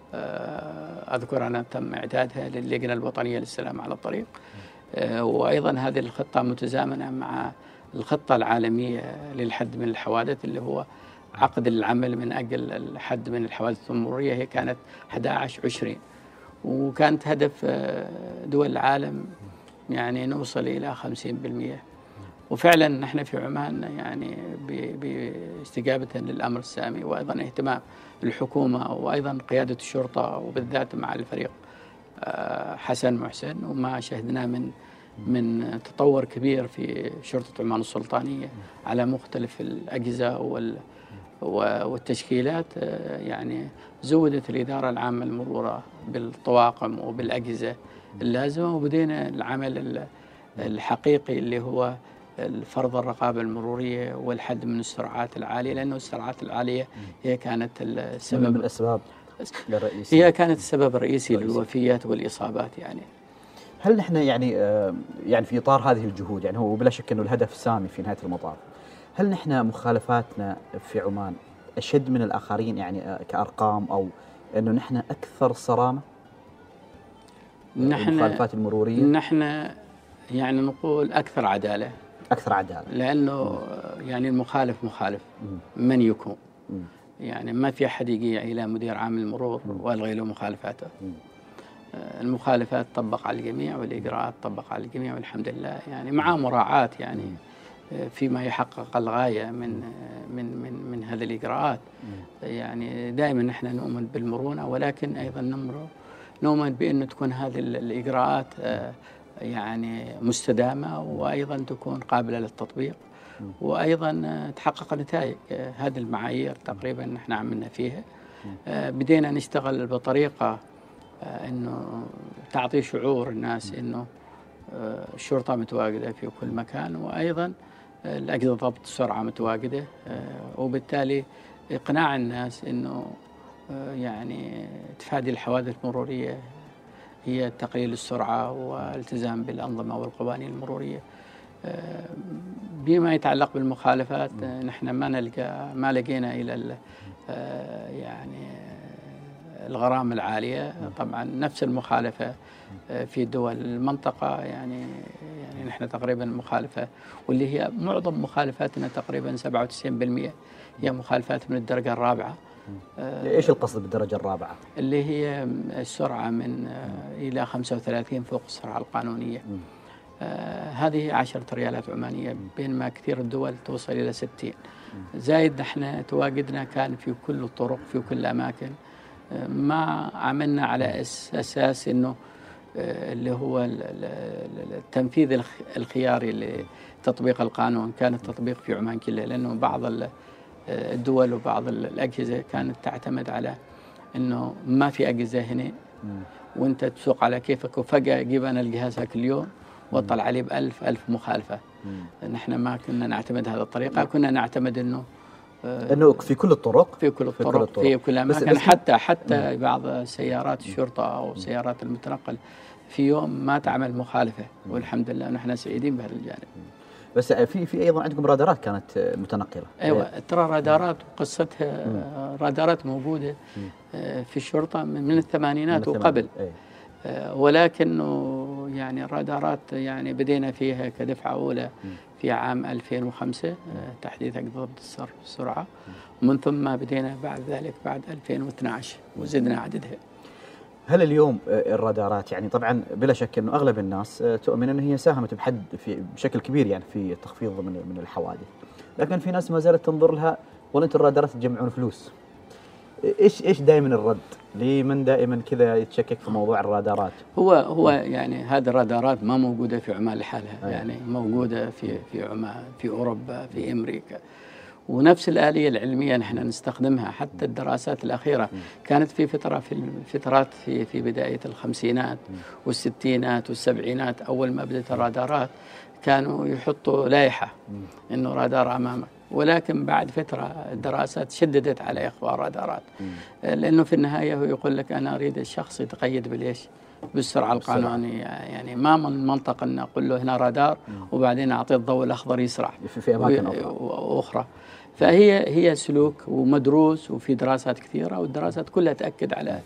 أذكر أنا تم إعدادها للجنة الوطنية للسلام على الطريق، وأيضا هذه الخطة متزامنة مع الخطة العالمية للحد من الحوادث اللي هو عقد العمل من أجل الحد من الحوادث المرورية. هي كانت 11-20، وكانت هدف دول العالم يعني نوصل إلى 50%. وفعلا نحن في عمان يعني باستجابة للأمر السامي وأيضا اهتمام الحكومة وأيضا قيادة الشرطة وبالذات مع الفريق حسن محسن، وما شهدناه من تطور كبير في شرطة عمان السلطانية على مختلف الأجهزة والتشكيلات. يعني زودت الإدارة العامة المرورة بالطواقم وبالأجهزة اللازمة، وبدينا العمل الحقيقي اللي هو فرض الرقابة المرورية والحد من السرعات العالية، لأنه السرعات العالية هي كانت السبب من الأسباب الرئيسية، هي كانت السبب الرئيسي للوفيات والإصابات. هل نحن يعني في إطار هذه الجهود، يعني هو بلا شك أنه الهدف سامي في نهاية المطاف، هل نحن مخالفاتنا في عمان أشد من الآخرين يعني كأرقام، أو أنه نحن أكثر صرامة المخالفات المرورية؟ نحن يعني نقول أكثر عدالة. أكثر عدالة لأنه يعني المخالف مخالف من يكون، يعني ما في أحد يجي إلى مدير عام المرور ويلغي له مخالفاته. المخالفات تطبق على الجميع، والإجراءات تطبق على الجميع، والحمد لله يعني مع مراعاة يعني فيما يحقق الغاية من هذه الإجراءات. يعني دائما نحن نؤمن بالمرونة، ولكن أيضا نؤمن بأن تكون هذه الإجراءات يعني مستدامة، وأيضا تكون قابلة للتطبيق، وأيضا تحقق نتائج. هذه المعايير تقريبا نحن عملنا فيها. بدينا نشتغل بطريقة أنه تعطي شعور الناس أنه الشرطة متواجدة في كل مكان، وأيضا الأجهزة ضبط السرعة متواجدة، وبالتالي إقناع الناس أنه يعني تفادي الحوادث المرورية هي تقليل السرعة والالتزام بالأنظمة والقوانين المرورية. بما يتعلق بالمخالفات نحن ما لقينا إلى يعني الغرامة العالية. طبعا نفس المخالفة في دول المنطقة، يعني نحن تقريبا مخالفة، واللي هي معظم مخالفاتنا تقريبا 97% هي مخالفات من الدرجة الرابعة. إيش القصد بالدرجة الرابعة؟ اللي هي السرعة من إلى 35 فوق السرعة القانونية. هذه 10 ريالات عمانية، بينما كثير الدول توصل إلى 60. زايد نحن تواجدنا كان في كل الطرق في كل الأماكن، ما عملنا على أساس أنه اللي هو التنفيذ الخياري لتطبيق القانون. كان التطبيق في عمان كله، لأنه بعض الدول وبعض الأجهزة كانت تعتمد على أنه ما في أجهزة هنا وأنت تسوق على كيفك، وفجأة جيب أنا الجهاز هاك اليوم واطلع عليه ألف مخالفة. نحن ما كنا نعتمد هذه الطريقة، كنا نعتمد أنه في كل الطرق، في كل الأماكن. حتى بعض سيارات الشرطة أو سيارات المتنقل في يوم ما تعمل مخالفة، والحمد لله نحن سعيدين بهذا الجانب. بس في أيضا عندكم رادارات كانت متنقلة. أيوة، ترى رادارات قصتها رادارات موجودة في الشرطة من الثمانينات وقبل. ولكنه يعني الرادارات يعني بدينا فيها كدفعة أولى في عام 2005 تحديث ضبط السرعة، ومن ثم بدينا بعد ذلك بعد 2012 وزدنا عددها. هل اليوم الرادارات يعني طبعا بلا شك أنه أغلب الناس تؤمن أنه هي ساهمت بشكل كبير يعني في التخفيض من الحوادث، لكن في ناس ما زالت تنظر لها وأنتم الرادارات تجمعون فلوس. إيش دائما الرد؟ ليه من دائما كذا يتشكك في موضوع الرادارات؟ هو يعني هذه الرادارات ما موجودة في عمان لحالها، يعني موجودة في عمان، في أوروبا، في أمريكا، ونفس الآلية العلمية نحن نستخدمها. حتى الدراسات الأخيرة كانت في فترات في بداية الخمسينات والستينات والسبعينات، أول ما بدأت الرادارات كانوا يحطوا لائحة إنه رادار أمامك، ولكن بعد فترة الدراسات شددت على إخفاء الرادارات، لأنه في النهاية هو يقول لك أنا أريد الشخص يتقيد بالإيش؟ بالسرعة القانونية. يعني ما من المنطق أن أقول له هنا رادار وبعدين أعطيه الضوء الأخضر يسرع في أماكن أخرى. فهي سلوك ومدروس، وفي دراسات كثيرة، والدراسات كلها تأكد على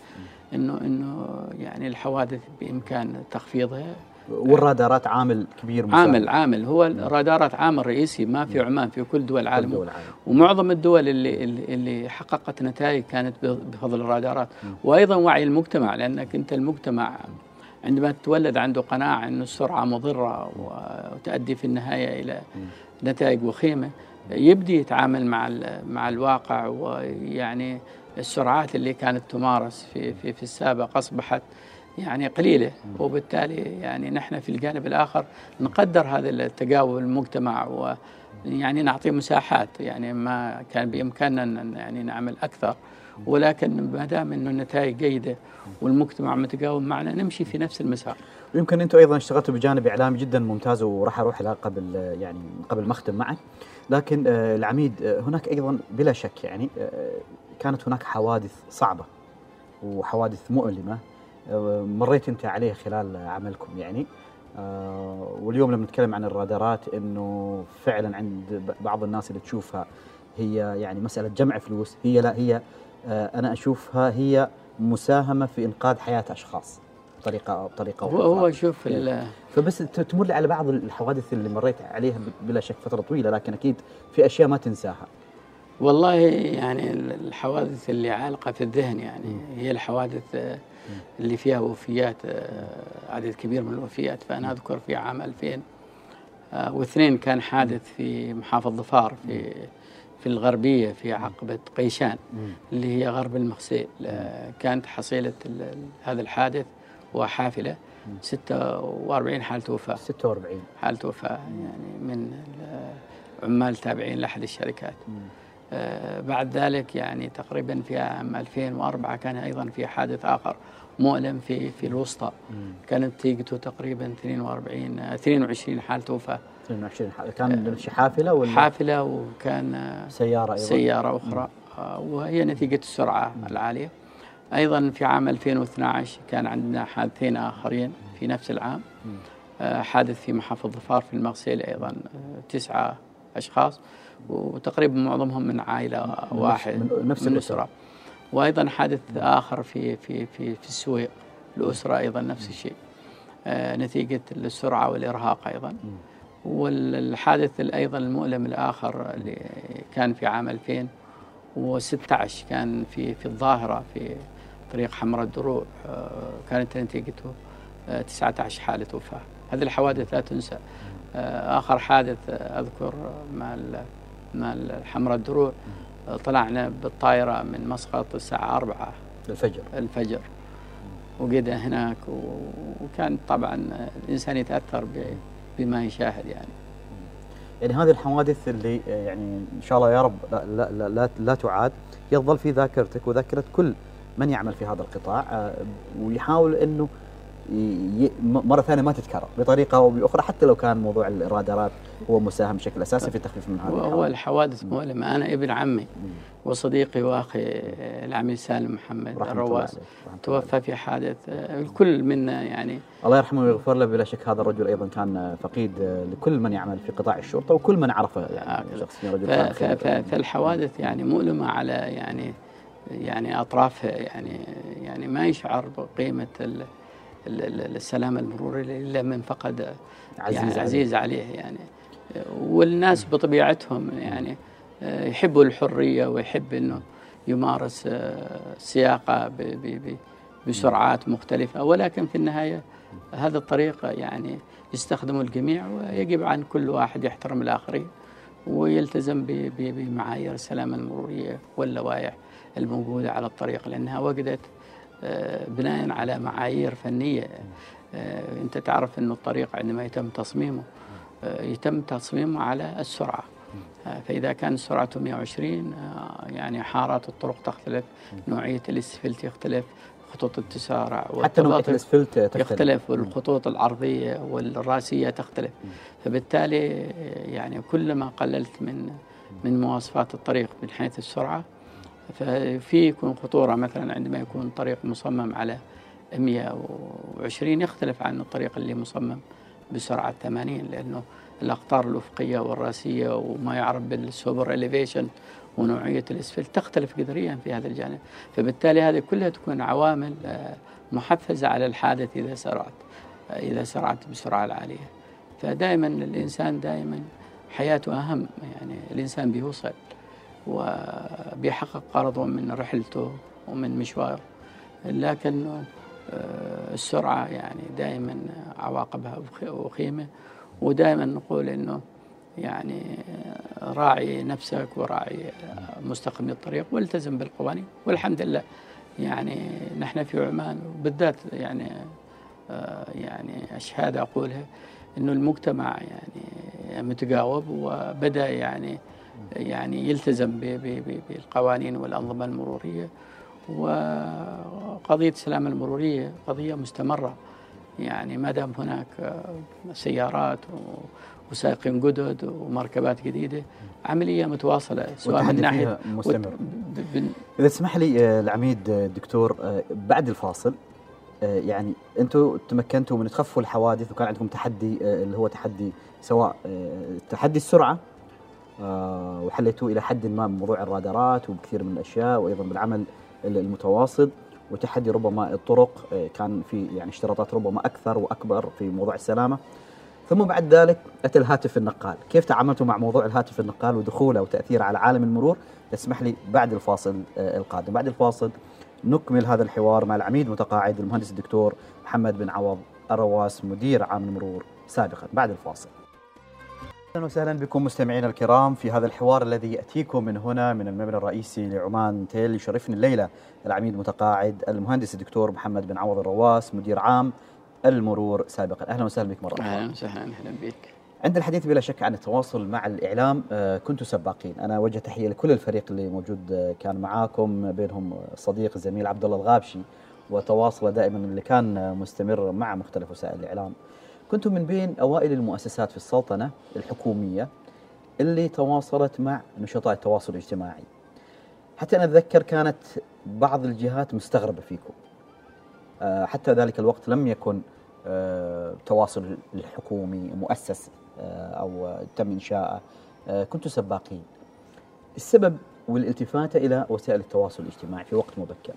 إنه يعني الحوادث بإمكان تخفيضها. والرادارات عامل كبير مساعد. عامل هو الرادارات عامل رئيسي، ما في عمان، في كل دول العالم. ومعظم الدول اللي حققت نتائج كانت بفضل الرادارات. وأيضا وعي المجتمع، لأنك أنت المجتمع عندما تتولد عنده قناعة أن السرعة مضرة وتؤدي في النهاية إلى نتائج وخيمة، يبدي يتعامل مع الواقع. ويعني السرعات اللي كانت تمارس في السابق أصبحت يعني قليلة، وبالتالي يعني نحن في الجانب الآخر نقدر هذا التجاوب المجتمع، ويعني نعطي مساحات. يعني ما كان بإمكاننا يعني نعمل أكثر، ولكن ما دام إنه النتائج جيدة والمجتمع متجاوب معنا نمشي في نفس المسار. ويمكن أنتم أيضا اشتغلتوا بجانب إعلامي جدا ممتاز، وراح أروح له قبل ما أختم معك. لكن العميد، هناك أيضا بلا شك يعني كانت هناك حوادث صعبة وحوادث مؤلمة مريت أنت عليه خلال عملكم. يعني واليوم لما نتكلم عن الرادارات انه فعلا عند بعض الناس اللي تشوفها هي يعني مسألة جمع فلوس، هي لا هي انا اشوفها هي مساهمة في انقاذ حياة اشخاص بطريقة هو شوف فبس تمر لي على بعض الحوادث اللي مريت عليها بلا شك فترة طويلة، لكن اكيد في اشياء ما تنساها. والله يعني الحوادث اللي عالقة في الذهن يعني هي الحوادث اللي فيها وفيات، عدد كبير من الوفيات. فأنا أذكر في عام 2002 كان حادث في محافظة ظفار في الغربية في عقبة قيشان اللي هي غرب المغسيل. كانت حصيلة هذا الحادث وحافلة 46 حالة وفاة. 46 حالة وفاة يعني من عمال تابعين لأحد الشركات. بعد ذلك يعني تقريبا في عام 2004 كان أيضا في حادث آخر مؤلم في الوسطى، كانت نتيجته تقريبا 22 حالة وفاة. 22 حالة. كان حافلة ولا حافلة، وكان سيارة أيضا. سيارة أخرى، وهي نتيجة السرعة العالية. أيضا في عام 2012 كان عندنا حادثين آخرين في نفس العام. حادث في محافظة ظفار في المغسيل أيضا 9 أشخاص، وتقريبا معظمهم من عائلة واحدة نفس الأسرة. وأيضا حادث آخر في السويق الأسرة أيضا نفس الشيء، نتيجة السرعة والإرهاق أيضا. والحادث أيضا المؤلم الآخر اللي كان في عام 2016 كان في الظاهرة في طريق حمراء الدروع، كانت نتيجته 19 حالة وفاة. هذه الحوادث لا تنسى. آخر حادث أذكر مع الحمراء الدروع، طلعنا بالطائرة من مسقط الساعة 4 الفجر وقيدنا هناك، وكان طبعا الإنسان يتأثر بما يشاهد يعني هذه الحوادث اللي يعني إن شاء الله يا رب لا تعاد، يظل في ذاكرتك وذاكرة كل من يعمل في هذا القطاع، ويحاول أنه مرة ثانية ما تتكرر بطريقة أو بأخرى، حتى لو كان موضوع الرادارات هو مساهم بشكل أساسي في تخفيف من هذا هو الحوادث مؤلمة. أنا ابن عمي وصديقي وأخي العميد سالم محمد الرواس توفى في حادث. الكل منا يعني الله يرحمه ويغفر له، بلا شك هذا الرجل أيضا كان فقيد لكل من يعمل في قطاع الشرطة وكل من عرفه يعني شخصيا. رجل فالحوادث يعني مؤلمة على يعني أطرافها، يعني ما يشعر بقيمة السلامة المرورية إلا من فقد عزيز عليه يعني. والناس بطبيعتهم يعني يحبوا الحرية ويحب أنه يمارس السياقة بسرعات مختلفة، ولكن في النهاية هذا الطريق يعني يستخدمه الجميع، ويجب عن كل واحد يحترم الآخرين ويلتزم بمعايير السلامة المرورية واللوائح الموجودة على الطريق، لأنها وجدت بناء على معايير فنية. أنت تعرف أن الطريق عندما يتم تصميمه على السرعة، فإذا كان سرعته 120 يعني حارات الطرق تختلف، نوعية الاسفلت يختلف، خطوط التسارع حتى نوعية الاسفلت تختلف، والخطوط العرضية والراسية تختلف. فبالتالي يعني كلما قللت من مواصفات الطريق من حيث السرعة، ففي يكون خطورة. مثلا عندما يكون طريق مصمم على 120 يختلف عن الطريق اللي مصمم بسرعة 80، لأنه الأقطار الأفقية والراسية وما يعرف بالسوبر إليفيشن ونوعية الاسفلت تختلف جذريا في هذا الجانب. فبالتالي هذه كلها تكون عوامل محفزة على الحادث إذا سرعت بسرعة العالية. فدائما الإنسان دائما حياته أهم، يعني الإنسان بيوصل وبيحقق غرضه من رحلته ومن مشواره، لكن السرعة يعني دائما عواقبها وخيمة. ودائما نقول إنه يعني راعي نفسك وراعي مستقيم الطريق والتزم بالقوانين. والحمد لله يعني نحن في عمان وبالذات يعني أشهد أقولها إنه المجتمع يعني متجاوب وبدأ يعني يلتزم بالقوانين والأنظمة المرورية. وقضية السلامة المرورية قضية مستمرة، يعني ما دام هناك سيارات وسائقين جدد ومركبات جديدة، عملية متواصلة سواء من ناحية مستمر. إذا تسمح لي العميد الدكتور بعد الفاصل يعني أنتم تمكنتوا من تخفوا الحوادث، وكان عندكم تحدي اللي هو تحدي سواء تحدي السرعة، وحليتوه إلى حد ما من موضوع الرادارات وبكثير من الأشياء، وأيضا بالعمل المتواصل، وتحدي ربما الطرق كان في يعني اشتراطات ربما أكثر وأكبر في موضوع السلامة. ثم بعد ذلك أتى الهاتف النقال. كيف تعاملتوا مع موضوع الهاتف النقال ودخوله وتأثيره على عالم المرور؟ اسمح لي بعد الفاصل القادم. بعد الفاصل نكمل هذا الحوار مع العميد متقاعد المهندس الدكتور محمد بن عوض الرواس مدير عام المرور سابقا. بعد الفاصل. أهلا وسهلا بكم مستمعينا الكرام في هذا الحوار الذي يأتيكم من هنا من المبنى الرئيسي لعمان تيل. يشرفني الليلة العميد متقاعد المهندس الدكتور محمد بن عوض الرواس مدير عام المرور سابقا. أهلا وسهلا بك مرة أخرى. أهلا وسهلا. أهلا بك. عند الحديث بلا شك عن التواصل مع الإعلام كنتوا سباقين. أنا وجه تحية لكل الفريق اللي موجود كان معاكم، بينهم صديق الزميل عبد الله الغابشي، وتواصله دائما اللي كان مستمر مع مختلف وسائل الإعلام. كنتم من بين أوائل المؤسسات في السلطنة الحكومية اللي تواصلت مع نشطاء التواصل الاجتماعي. حتى أنا أتذكر كانت بعض الجهات مستغربة فيكم. حتى ذلك الوقت لم يكن تواصل الحكومي مؤسس أو تم إنشاءه، كنتوا سباقين. السبب والالتفات إلى وسائل التواصل الاجتماعي في وقت مبكر؟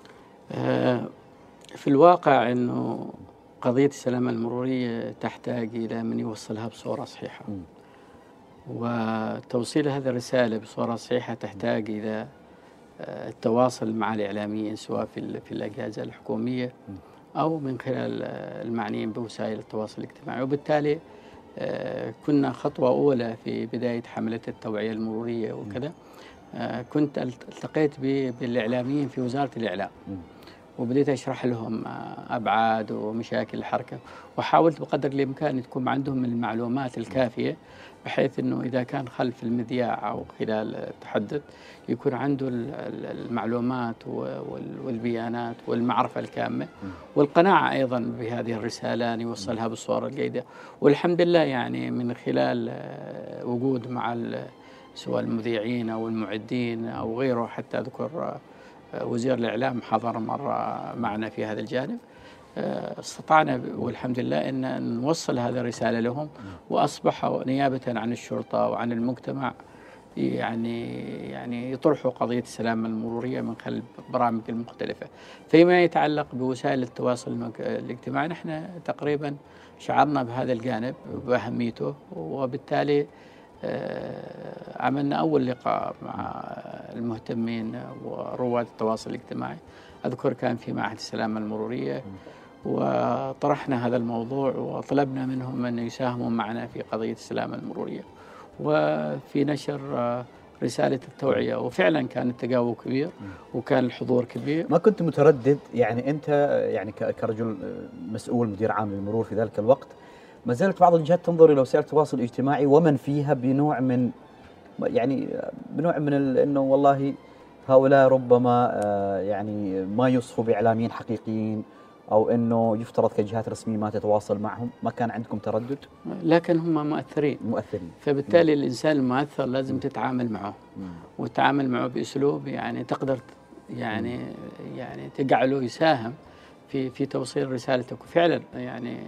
في الواقع أنه قضية السلامة المرورية تحتاج إلى من يوصلها بصورة صحيحة، وتوصيل هذه الرسالة بصورة صحيحة تحتاج إلى التواصل مع الإعلاميين سواء في الأجهزة الحكومية أو من خلال المعنيين بوسائل التواصل الاجتماعي. وبالتالي كنا خطوة أولى في بداية حملة التوعية المرورية وكذا. كنت التقيت بالإعلاميين في وزارة الإعلام وبديت أشرح لهم أبعاد ومشاكل الحركة، وحاولت بقدر الإمكان تكون عندهم المعلومات الكافية بحيث أنه إذا كان خلف المذياع أو خلال التحدث يكون عنده المعلومات والبيانات والمعرفة الكاملة والقناعة أيضا بهذه الرسالة أن يوصلها بالصورة الجيدة. والحمد لله يعني من خلال وجود مع سواء المذيعين أو المعدين أو غيره، حتى أذكر وزير الإعلام حضر مرة معنا في هذا الجانب، استطعنا والحمد لله أن نوصل هذه الرسالة لهم، وأصبحوا نيابة عن الشرطة وعن المجتمع يعني يطرحوا قضية السلامة المرورية من خلال البرامج المختلفة. فيما يتعلق بوسائل التواصل الاجتماعي نحن تقريبا شعرنا بهذا الجانب وأهميته، وبالتالي عملنا أول لقاء مع المهتمين ورواد التواصل الاجتماعي. أذكر كان في معهد السلامة المرورية، وطرحنا هذا الموضوع وطلبنا منهم أن يساهموا معنا في قضية السلامة المرورية وفي نشر رسالة التوعية، وفعلا كان التجاوب كبير وكان الحضور كبير. ما كنت متردد يعني أنت يعني كرجل مسؤول مدير عام للمرور في ذلك الوقت، ما زالت بعض الجهات تنظر إلى وسائل التواصل الاجتماعي ومن فيها بنوع من إنه والله هؤلاء ربما يعني ما يوصفوا بإعلاميين حقيقيين، أو إنه يفترض كجهات رسمية ما تتواصل معهم؟ ما كان عندكم تردد؟ لكن هم مؤثرين، فبالتالي الإنسان المؤثر لازم تتعامل معه وتتعامل معه بأسلوب يعني تقدر يعني تجعله يساهم في توصيل رسالتك. وفعلا يعني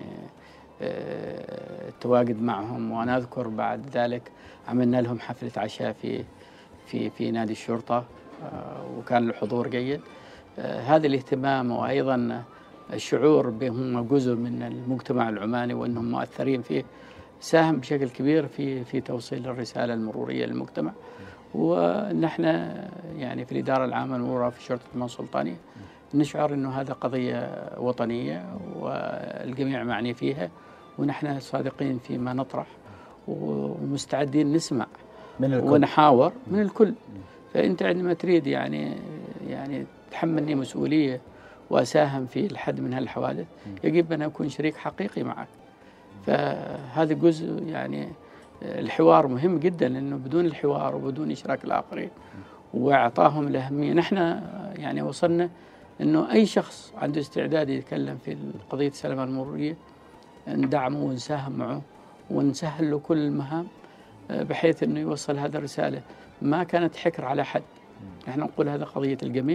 التواجد معهم، وأنا أذكر بعد ذلك عملنا لهم حفلة عشاء في نادي الشرطة، وكان الحضور جيد. هذا الاهتمام وأيضا الشعور بهم جزء من المجتمع العماني وأنهم مؤثرين فيه ساهم بشكل كبير في توصيل الرسالة المرورية للمجتمع. ونحن يعني في الإدارة العامة للمرور في شرطة عمان السلطانية نشعر أنه هذا قضية وطنية والجميع معني فيها، ونحن صادقين فيما نطرح ومستعدين نسمع من الكل ونحاور من الكل. فأنت عندما تريد يعني تحملني مسؤولية وأساهم في الحد من هالحوادث يجب أن أكون شريك حقيقي معك. فهذا جزء يعني الحوار مهم جدا، لأنه بدون الحوار وبدون إشراك الآخرين وإعطاهم الأهمية نحن يعني وصلنا أنه أي شخص عنده استعداد يتكلم في قضية السلامة المرورية ندعمه ونساهم معه ونسهل له كل المهام بحيث أنه يوصل هذا الرسالة. ما كانت حكر على حد، نحن نقول هذا قضية الجميع،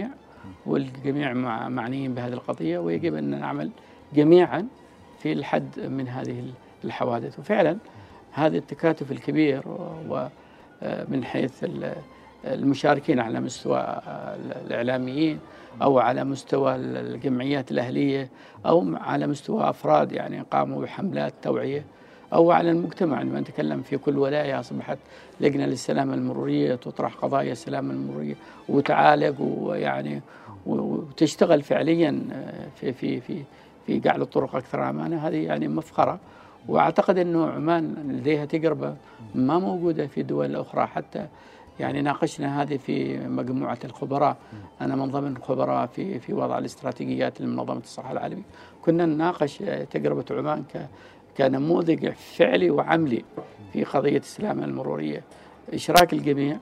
والجميع معنيين بهذه القضية، ويجب أن نعمل جميعا في الحد من هذه الحوادث. وفعلا هذا التكاتف الكبير ومن حيث المشاركين على مستوى الإعلاميين أو على مستوى الجمعيات الأهلية أو على مستوى أفراد يعني قاموا بحملات توعية، أو على المجتمع. عندما نتكلم في كل ولاية أصبحت لجنة للسلامة المرورية تطرح قضايا السلامة المرورية وتعالج ويعني وتشتغل فعليا في جعل الطرق أكثر أمانة. هذه يعني مفخرة، وأعتقد أنه عمان لديها تجربة ما موجودة في دول أخرى. حتى يعني ناقشنا هذه في مجموعة الخبراء، أنا من ضمن الخبراء في وضع الاستراتيجيات لمنظمة الصحة العالمية. كنا نناقش تجربة عمان كنموذج فعلي وعملي في قضية السلامة المرورية، إشراك الجميع،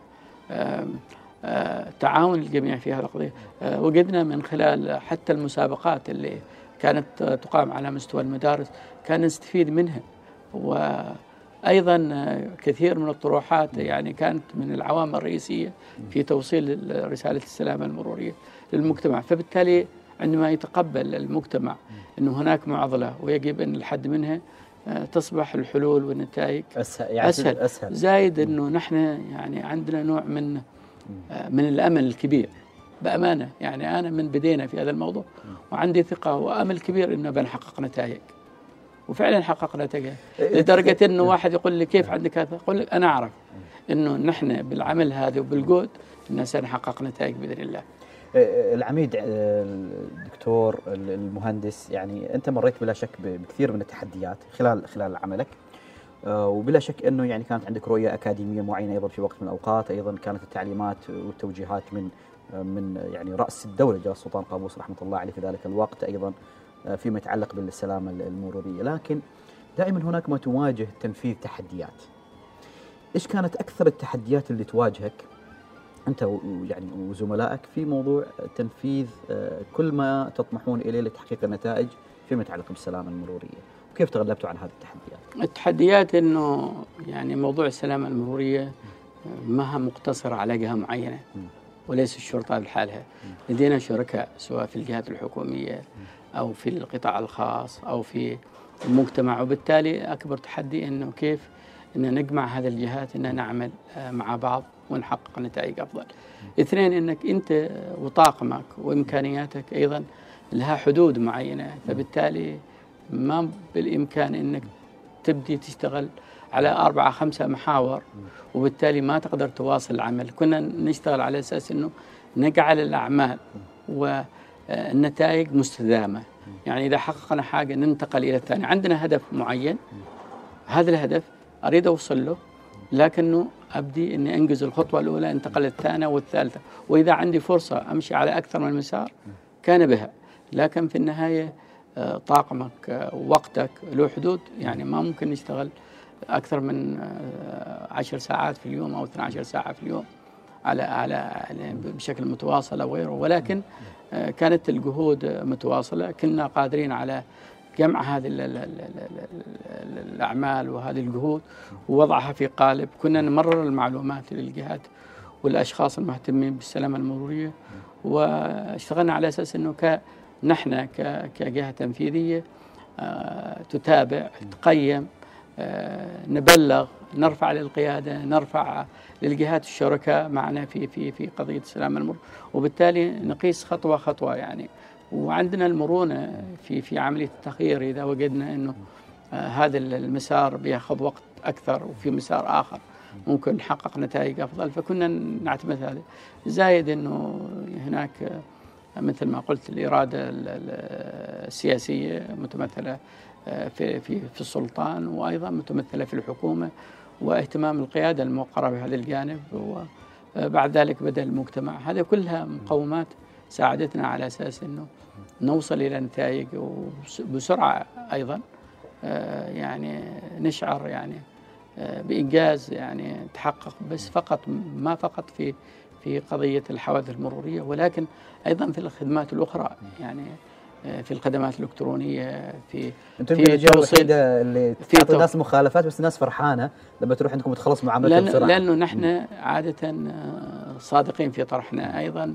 تعاون الجميع في هذه القضية. وجدنا من خلال حتى المسابقات اللي كانت تقام على مستوى المدارس كان نستفيد منها، وأيضا كثير من الطروحات يعني كانت من العوامل الرئيسية في توصيل رسالة السلامة المرورية للمجتمع. فبالتالي عندما يتقبل المجتمع أنه هناك معضلة ويجب أن الحد منها، تصبح الحلول والنتائج أسهل. زايد أنه نحن يعني عندنا نوع من الأمل الكبير بأمانة. يعني أنا من بدينا في هذا الموضوع وعندي ثقة وأمل كبير أنه بنحقق نتائج، وفعلا حققنا نتائج، لدرجة أنه واحد يقول لي كيف عندك هذا؟ أقول لك أنا أعرف أنه نحن بالعمل هذا وبالجهد أنه سنحقق نتائج بإذن الله. العميد الدكتور المهندس، يعني أنت مريت بلا شك بكثير من التحديات خلال عملك، وبلا شك أنه يعني كانت عندك رؤية أكاديمية معينة أيضا في وقت من الأوقات. أيضا كانت التعليمات والتوجيهات من يعني رأس الدولة جلالة السلطان قابوس رحمة الله عليه في ذلك الوقت، أيضا فيما يتعلق بالسلامة المرورية. لكن دائما هناك ما تواجه تنفيذ تحديات. إيش كانت أكثر التحديات اللي تواجهك أنت يعني وزملائك في موضوع تنفيذ كل ما تطمحون إليه لتحقيق النتائج فيما يتعلق بالسلامة المرورية، وكيف تغلبتوا على هذه التحديات؟ التحديات إنه يعني موضوع السلامة المرورية ما هي مقتصرة على جهة معينة وليس الشرطة بحالها. لدينا شركاء سواء في الجهات الحكومية أو في القطاع الخاص أو في المجتمع، وبالتالي أكبر تحدي إنه كيف إن نجمع هذه الجهات إن نعمل مع بعض ونحقق نتائج أفضل. اثنين، إنك أنت وطاقمك وإمكانياتك أيضا لها حدود معينة، فبالتالي ما بالإمكان إنك تبدي تشتغل على 4-5 محاور وبالتالي ما تقدر تواصل العمل. كنا نشتغل على أساس إنه نجعل الأعمال والنتائج مستدامة، يعني إذا حققنا حاجة ننتقل إلى الثانية. عندنا هدف معين، هذا الهدف أريد أوصل له، لكنه أبدي أني أنجز الخطوة الأولى انتقل الثانية والثالثة، وإذا عندي فرصة أمشي على أكثر من مسار كان بها. لكن في النهاية طاقمك ووقتك له حدود، يعني ما ممكن نشتغل أكثر من 10 ساعات في اليوم أو 12 ساعة في اليوم على بشكل متواصل أو غيره، ولكن كانت الجهود متواصلة. كنا قادرين على جمع هذه الأعمال وهذه الجهود ووضعها في قالب. كنا نمرر المعلومات للجهات والأشخاص المهتمين بالسلامة المرورية، واشتغلنا على أساس أنه نحن كجهة تنفيذية تتابع، تقيم، نبلغ، نرفع للقيادة، نرفع للجهات الشركاء معنا في قضية السلامة المرورية، وبالتالي نقيس خطوة خطوة يعني. وعندنا المرونة في عملية التغيير إذا وجدنا أنه هذا المسار بيأخذ وقت أكثر وفي مسار آخر ممكن نحقق نتائج أفضل، فكنا نعتمد هذا. زايد أنه هناك مثل ما قلت الإرادة السياسية متمثلة في السلطان، وأيضا متمثلة في الحكومة، واهتمام القيادة الموقرة بهذا الجانب، وبعد ذلك بدأ المجتمع. هذه كلها مقومات ساعدتنا على أساس أنه نوصل إلى نتائج وبسرعة أيضا، يعني نشعر يعني بإنجاز يعني تحقق، بس ما فقط في قضية الحوادث المرورية، ولكن أيضا في الخدمات الأخرى، يعني في الخدمات الإلكترونية، في توصيل اللي تعطي الناس مخالفات بس الناس فرحانة لما تروح عندكم تخلص معاملتها بسرعة. لأنه نحن عادة صادقين في طرحنا. أيضا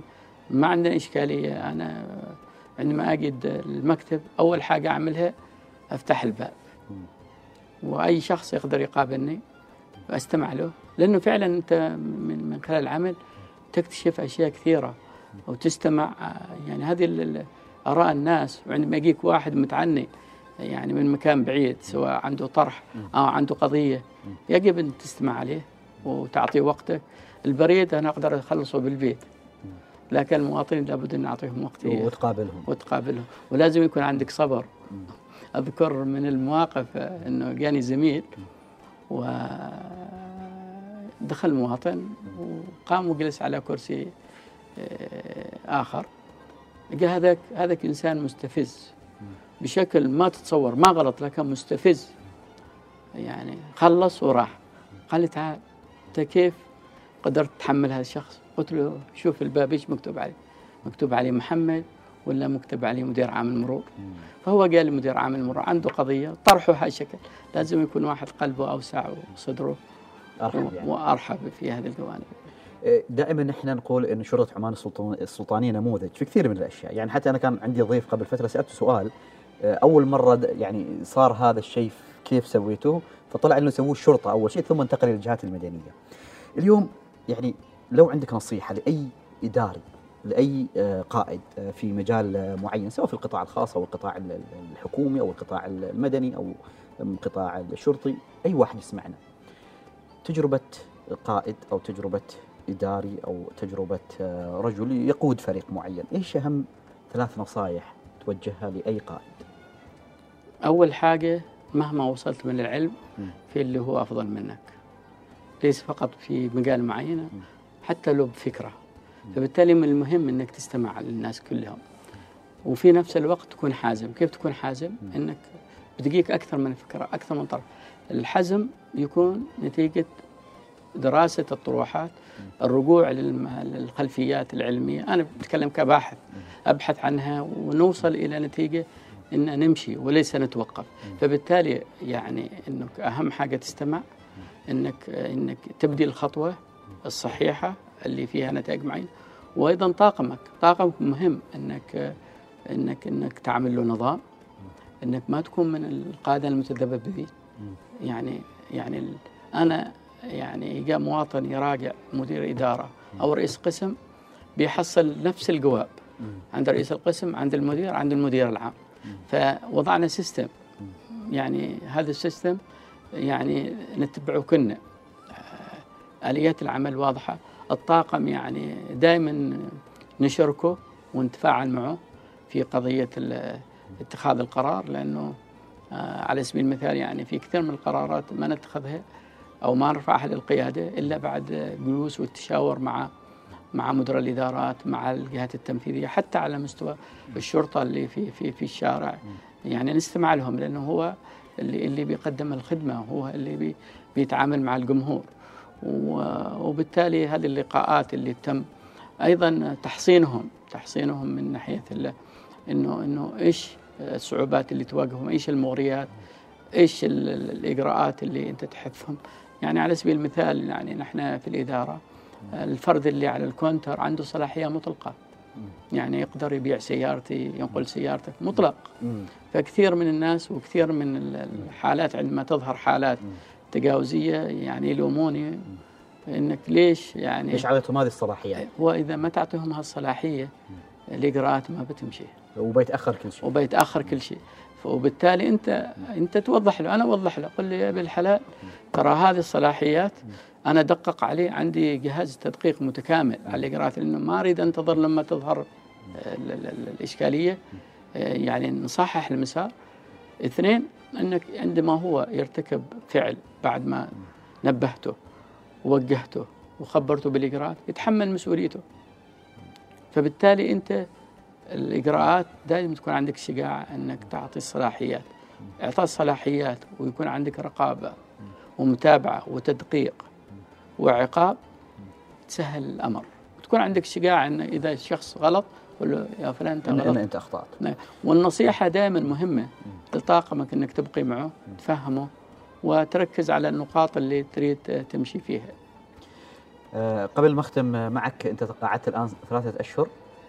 ما عندنا إشكالية. أنا عندما أجد المكتب أول حاجة أعملها أفتح الباب، وأي شخص يقدر يقابلني وأستمع له، لأنه فعلا أنت من خلال العمل تكتشف أشياء كثيرة وتستمع. يعني هذه آراء الناس. وعندما يجيك واحد متعني يعني من مكان بعيد، سواء عنده طرح أو عنده قضية، يجب أن تستمع عليه وتعطيه وقتك. البريد أنا أقدر أخلصه بالبيت، لكن المواطنين لابد أن نعطيهم وقت وتقابلهم، ولازم يكون عندك صبر. أذكر من المواقف أنه جاني زميل ودخل مواطن وقام وجلس على كرسي آخر، لقى هذاك إنسان مستفز بشكل ما تتصور، ما غلط لكن مستفز. يعني خلص وراح، قال لي تعال أنت كيف قدرت تحمل هذا الشخص؟ قلت له شوف الباب ايش مكتوب عليه، مكتوب عليه محمد ولا مكتوب عليه مدير عام المرور؟ فهو قال لي مدير عام المرور عنده قضية طرحه هالشكل، لازم يكون واحد قلبه أوسع وصدره أرحب يعني. وأرحب في هذه الجوانب. دائما نحن نقول ان شرطة عمان السلطانية نموذج في كثير من الاشياء. يعني حتى انا كان عندي ضيف قبل فترة سألته سؤال، اول مرة يعني صار هذا الشيء كيف سويته؟ فطلع انه سووه الشرطة اول شيء ثم انتقل الى الجهات المدنية. اليوم يعني لو عندك نصيحة لأي إداري، لأي قائد في مجال معين، سواء في القطاع الخاص أو القطاع الحكومي أو القطاع المدني أو القطاع الشرطي، أي واحد يسمعنا، تجربة قائد أو تجربة إداري أو تجربة رجل يقود فريق معين، إيش أهم 3 نصائح توجهها لأي قائد؟ أول حاجة، مهما وصلت من العلم في اللي هو أفضل منك، ليس فقط في مجال معين، حتى لو بفكرة. فبالتالي من المهم أنك تستمع للناس كلهم، وفي نفس الوقت تكون حازم. كيف تكون حازم؟ أنك بتجيك أكثر من فكرة، أكثر من طرف. الحزم يكون نتيجة دراسة الطروحات، الرجوع للخلفيات العلمية. أنا بتكلم كباحث، أبحث عنها ونوصل إلى نتيجة إن نمشي وليس نتوقف. فبالتالي يعني إنك أهم حاجة تستمع، إنك تبدي الخطوة الصحيحة اللي فيها نتائج معينة. وأيضا طاقمك مهم، إنك تعمل له نظام، إنك ما تكون من القادة المتذبذبين. يعني أنا يعني جاء مواطن يراجع مدير إدارة أو رئيس قسم، بيحصل نفس الجواب عند رئيس القسم، عند المدير العام. فوضعنا سيستم، يعني هذا السيستم يعني نتبعه كنا، آليات العمل واضحة. الطاقم يعني دائما نشاركه ونتفاعل معه في قضية اتخاذ القرار، لأنه على سبيل المثال يعني في كثير من القرارات ما نتخذها أو ما نرفعها للقيادة إلا بعد جلوس والتشاور مع مدراء الإدارات، مع الجهات التنفيذية، حتى على مستوى الشرطة اللي في الشارع. يعني نستمع لهم، لأنه هو اللي بيقدم الخدمة، هو اللي بيتعامل مع الجمهور. وبالتالي هذه اللقاءات اللي تم أيضا تحصينهم من ناحية إنه إيش الصعوبات اللي تواجههم، إيش المغريات، إيش الإجراءات اللي أنت تحثهم. يعني على سبيل المثال، يعني نحن في الإدارة الفرد اللي على الكونتر عنده صلاحية مطلقة، يعني يقدر يبيع سيارتي، ينقل سيارتك مطلق. فكثير من الناس وكثير من الحالات عندما تظهر حالات تجاوزية يعني يلوموني إنك ليش أعطيتهم هذه الصلاحيات، وإذا ما تعطيهم هالصلاحية الإجراءات ما بتمشي وبيتأخر كل شيء. وبالتالي أنت توضح له، أنا أوضح له، قل لي يا ابن الحلال ترى هذه الصلاحيات أنا دقق عليه، عندي جهاز تدقيق متكامل على الإجراءات، لأنه ما أريد أنتظر لما تظهر الإشكالية. يعني نصحح المسار. 2، أنك عندما هو يرتكب فعل بعد ما نبهته ووجهته وخبرته بالإجراءات يتحمل مسؤوليته. فبالتالي أنت الإجراءات دائما تكون عندك شجاعة أنك تعطي الصلاحيات. إعطاء الصلاحيات ويكون عندك رقابة ومتابعة وتدقيق وعقاب تسهل الأمر، وتكون عندك شجاعة أن إذا الشخص غلط قل له يا فلان أنت غلط، أنت أخطأت. والنصيحة دائما مهمة لطاقمك، أنك تبقي معه تفهمه وتركز على النقاط اللي تريد تمشي فيها. قبل ما أختم معك، أنت قعدت الآن 3 أشهر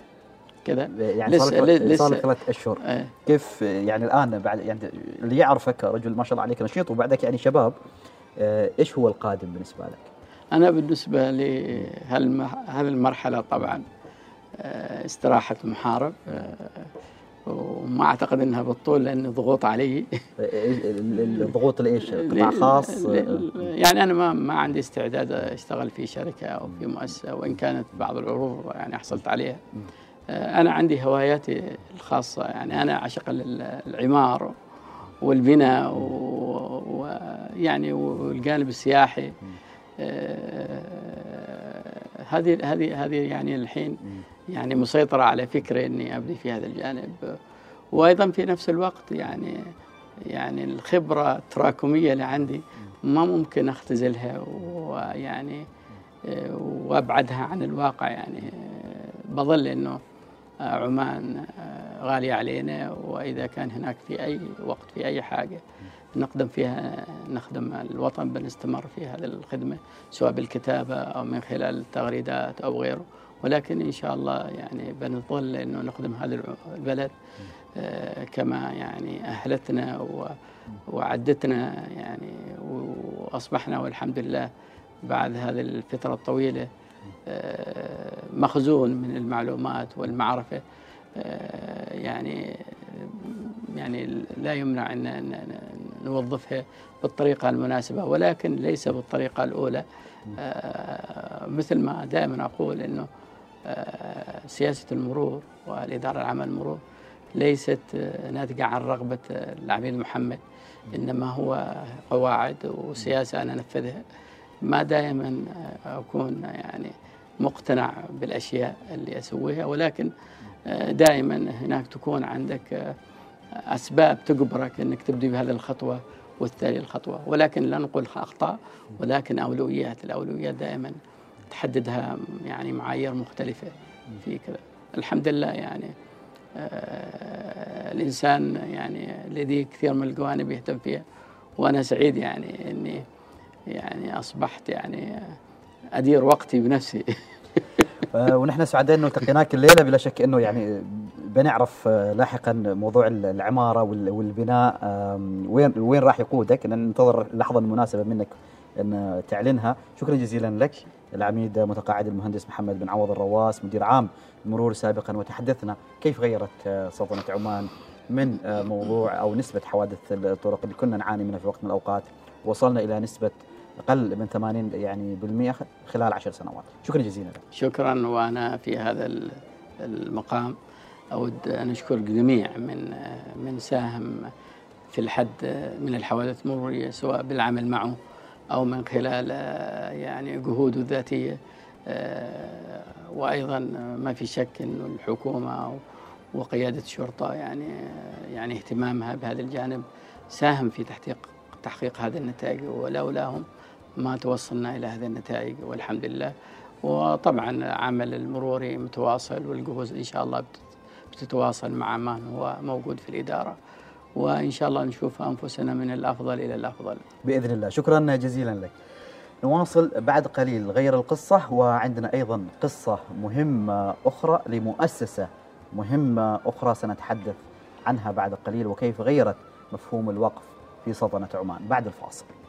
كذا. يعني صار لك 3 أشهر. كيف يعني الآن بعد يعني اللي يعرفك رجل ما شاء الله عليك نشيط وبعدك يعني شباب، إيش هو القادم بالنسبة لك؟ أنا بالنسبة لي هذه المرحلة طبعا استراحة محارب، وما أعتقد أنها بالطول لأن ضغوط علي. الضغوط لإيش؟ قطاع خاص؟ يعني أنا ما عندي استعداد أشتغل في شركة أو في مؤسسة، وإن كانت بعض العروض يعني حصلت عليها. أنا عندي هواياتي الخاصة، يعني أنا أعشق العمار والبناء ويعني والجانب السياحي. هذه يعني الحين يعني مسيطرة على فكرة إني أبدي في هذا الجانب، وأيضا في نفس الوقت يعني الخبرة التراكمية اللي عندي ما ممكن أختزلها ويعني وأبعدها عن الواقع. يعني بظل إنه عمان غالية علينا، وإذا كان هناك في أي وقت في أي حاجة نقدم فيها نخدم الوطن بنستمر في هذه الخدمة، سواء بالكتابة أو من خلال التغريدات أو غيره. ولكن إن شاء الله يعني بنظل إنه نخدم هذا البلد كما يعني أهلتنا وعدتنا يعني، وأصبحنا والحمد لله بعد هذه الفترة الطويلة مخزون من المعلومات والمعرفة. يعني لا يمنع أن نوظفها بالطريقة المناسبة، ولكن ليس بالطريقة الأولى. مثل ما دائما أقول أنه سياسة المرور والإدارة العامة للمرور ليست ناتجة عن رغبة العميد محمد، إنما هو قواعد وسياسة أنا أنفذها. ما دائما أكون يعني مقتنع بالأشياء اللي أسويها، ولكن دائما هناك تكون عندك أسباب تجبرك أنك تبدي بهذه الخطوة والتالي الخطوة، ولكن لا نقول أخطاء، ولكن الأولويات دائما تحددها يعني معايير مختلفة في كذا. الحمد لله يعني الإنسان يعني لديه كثير من الجوانب يهتم فيها، وأنا سعيد يعني أني يعني أصبحت يعني أدير وقتي بنفسي. ونحن سعداء انه التقيناك الليله، بلا شك انه يعني بنعرف لاحقا موضوع العماره والبناء وين راح يقودك. ننتظر اللحظه المناسبه منك ان تعلنها. شكرا جزيلا لك العميد متقاعد المهندس محمد بن عوض الرواس، مدير عام المرور سابقا، وتحدثنا كيف غيرت سلطنه عمان من موضوع او نسبه حوادث الطرق اللي كنا نعاني منها في وقت من الاوقات، وصلنا الى نسبه أقل من 80 يعني بالمئة خلال 10 سنوات. شكرا جزيلا لك. شكرا. وأنا في هذا المقام أود أن أشكر الجميع من ساهم في الحد من الحوادث المرورية، سواء بالعمل معه أو من خلال يعني جهوده الذاتية. وأيضا ما في شك أن الحكومة وقيادة الشرطة يعني اهتمامها بهذا الجانب ساهم في تحقيق هذه النتائج، ولولاهم ما توصلنا إلى هذه النتائج والحمد لله. وطبعا العمل المروري متواصل، والجهود إن شاء الله بتتواصل مع من هو موجود في الإدارة، وإن شاء الله نشوف أنفسنا من الأفضل إلى الأفضل بإذن الله. شكرا جزيلا لك. نواصل بعد قليل غير القصة، وعندنا أيضا قصة مهمة أخرى لمؤسسة مهمة أخرى سنتحدث عنها بعد قليل، وكيف غيرت مفهوم الوقف في سلطنة عمان بعد الفاصل.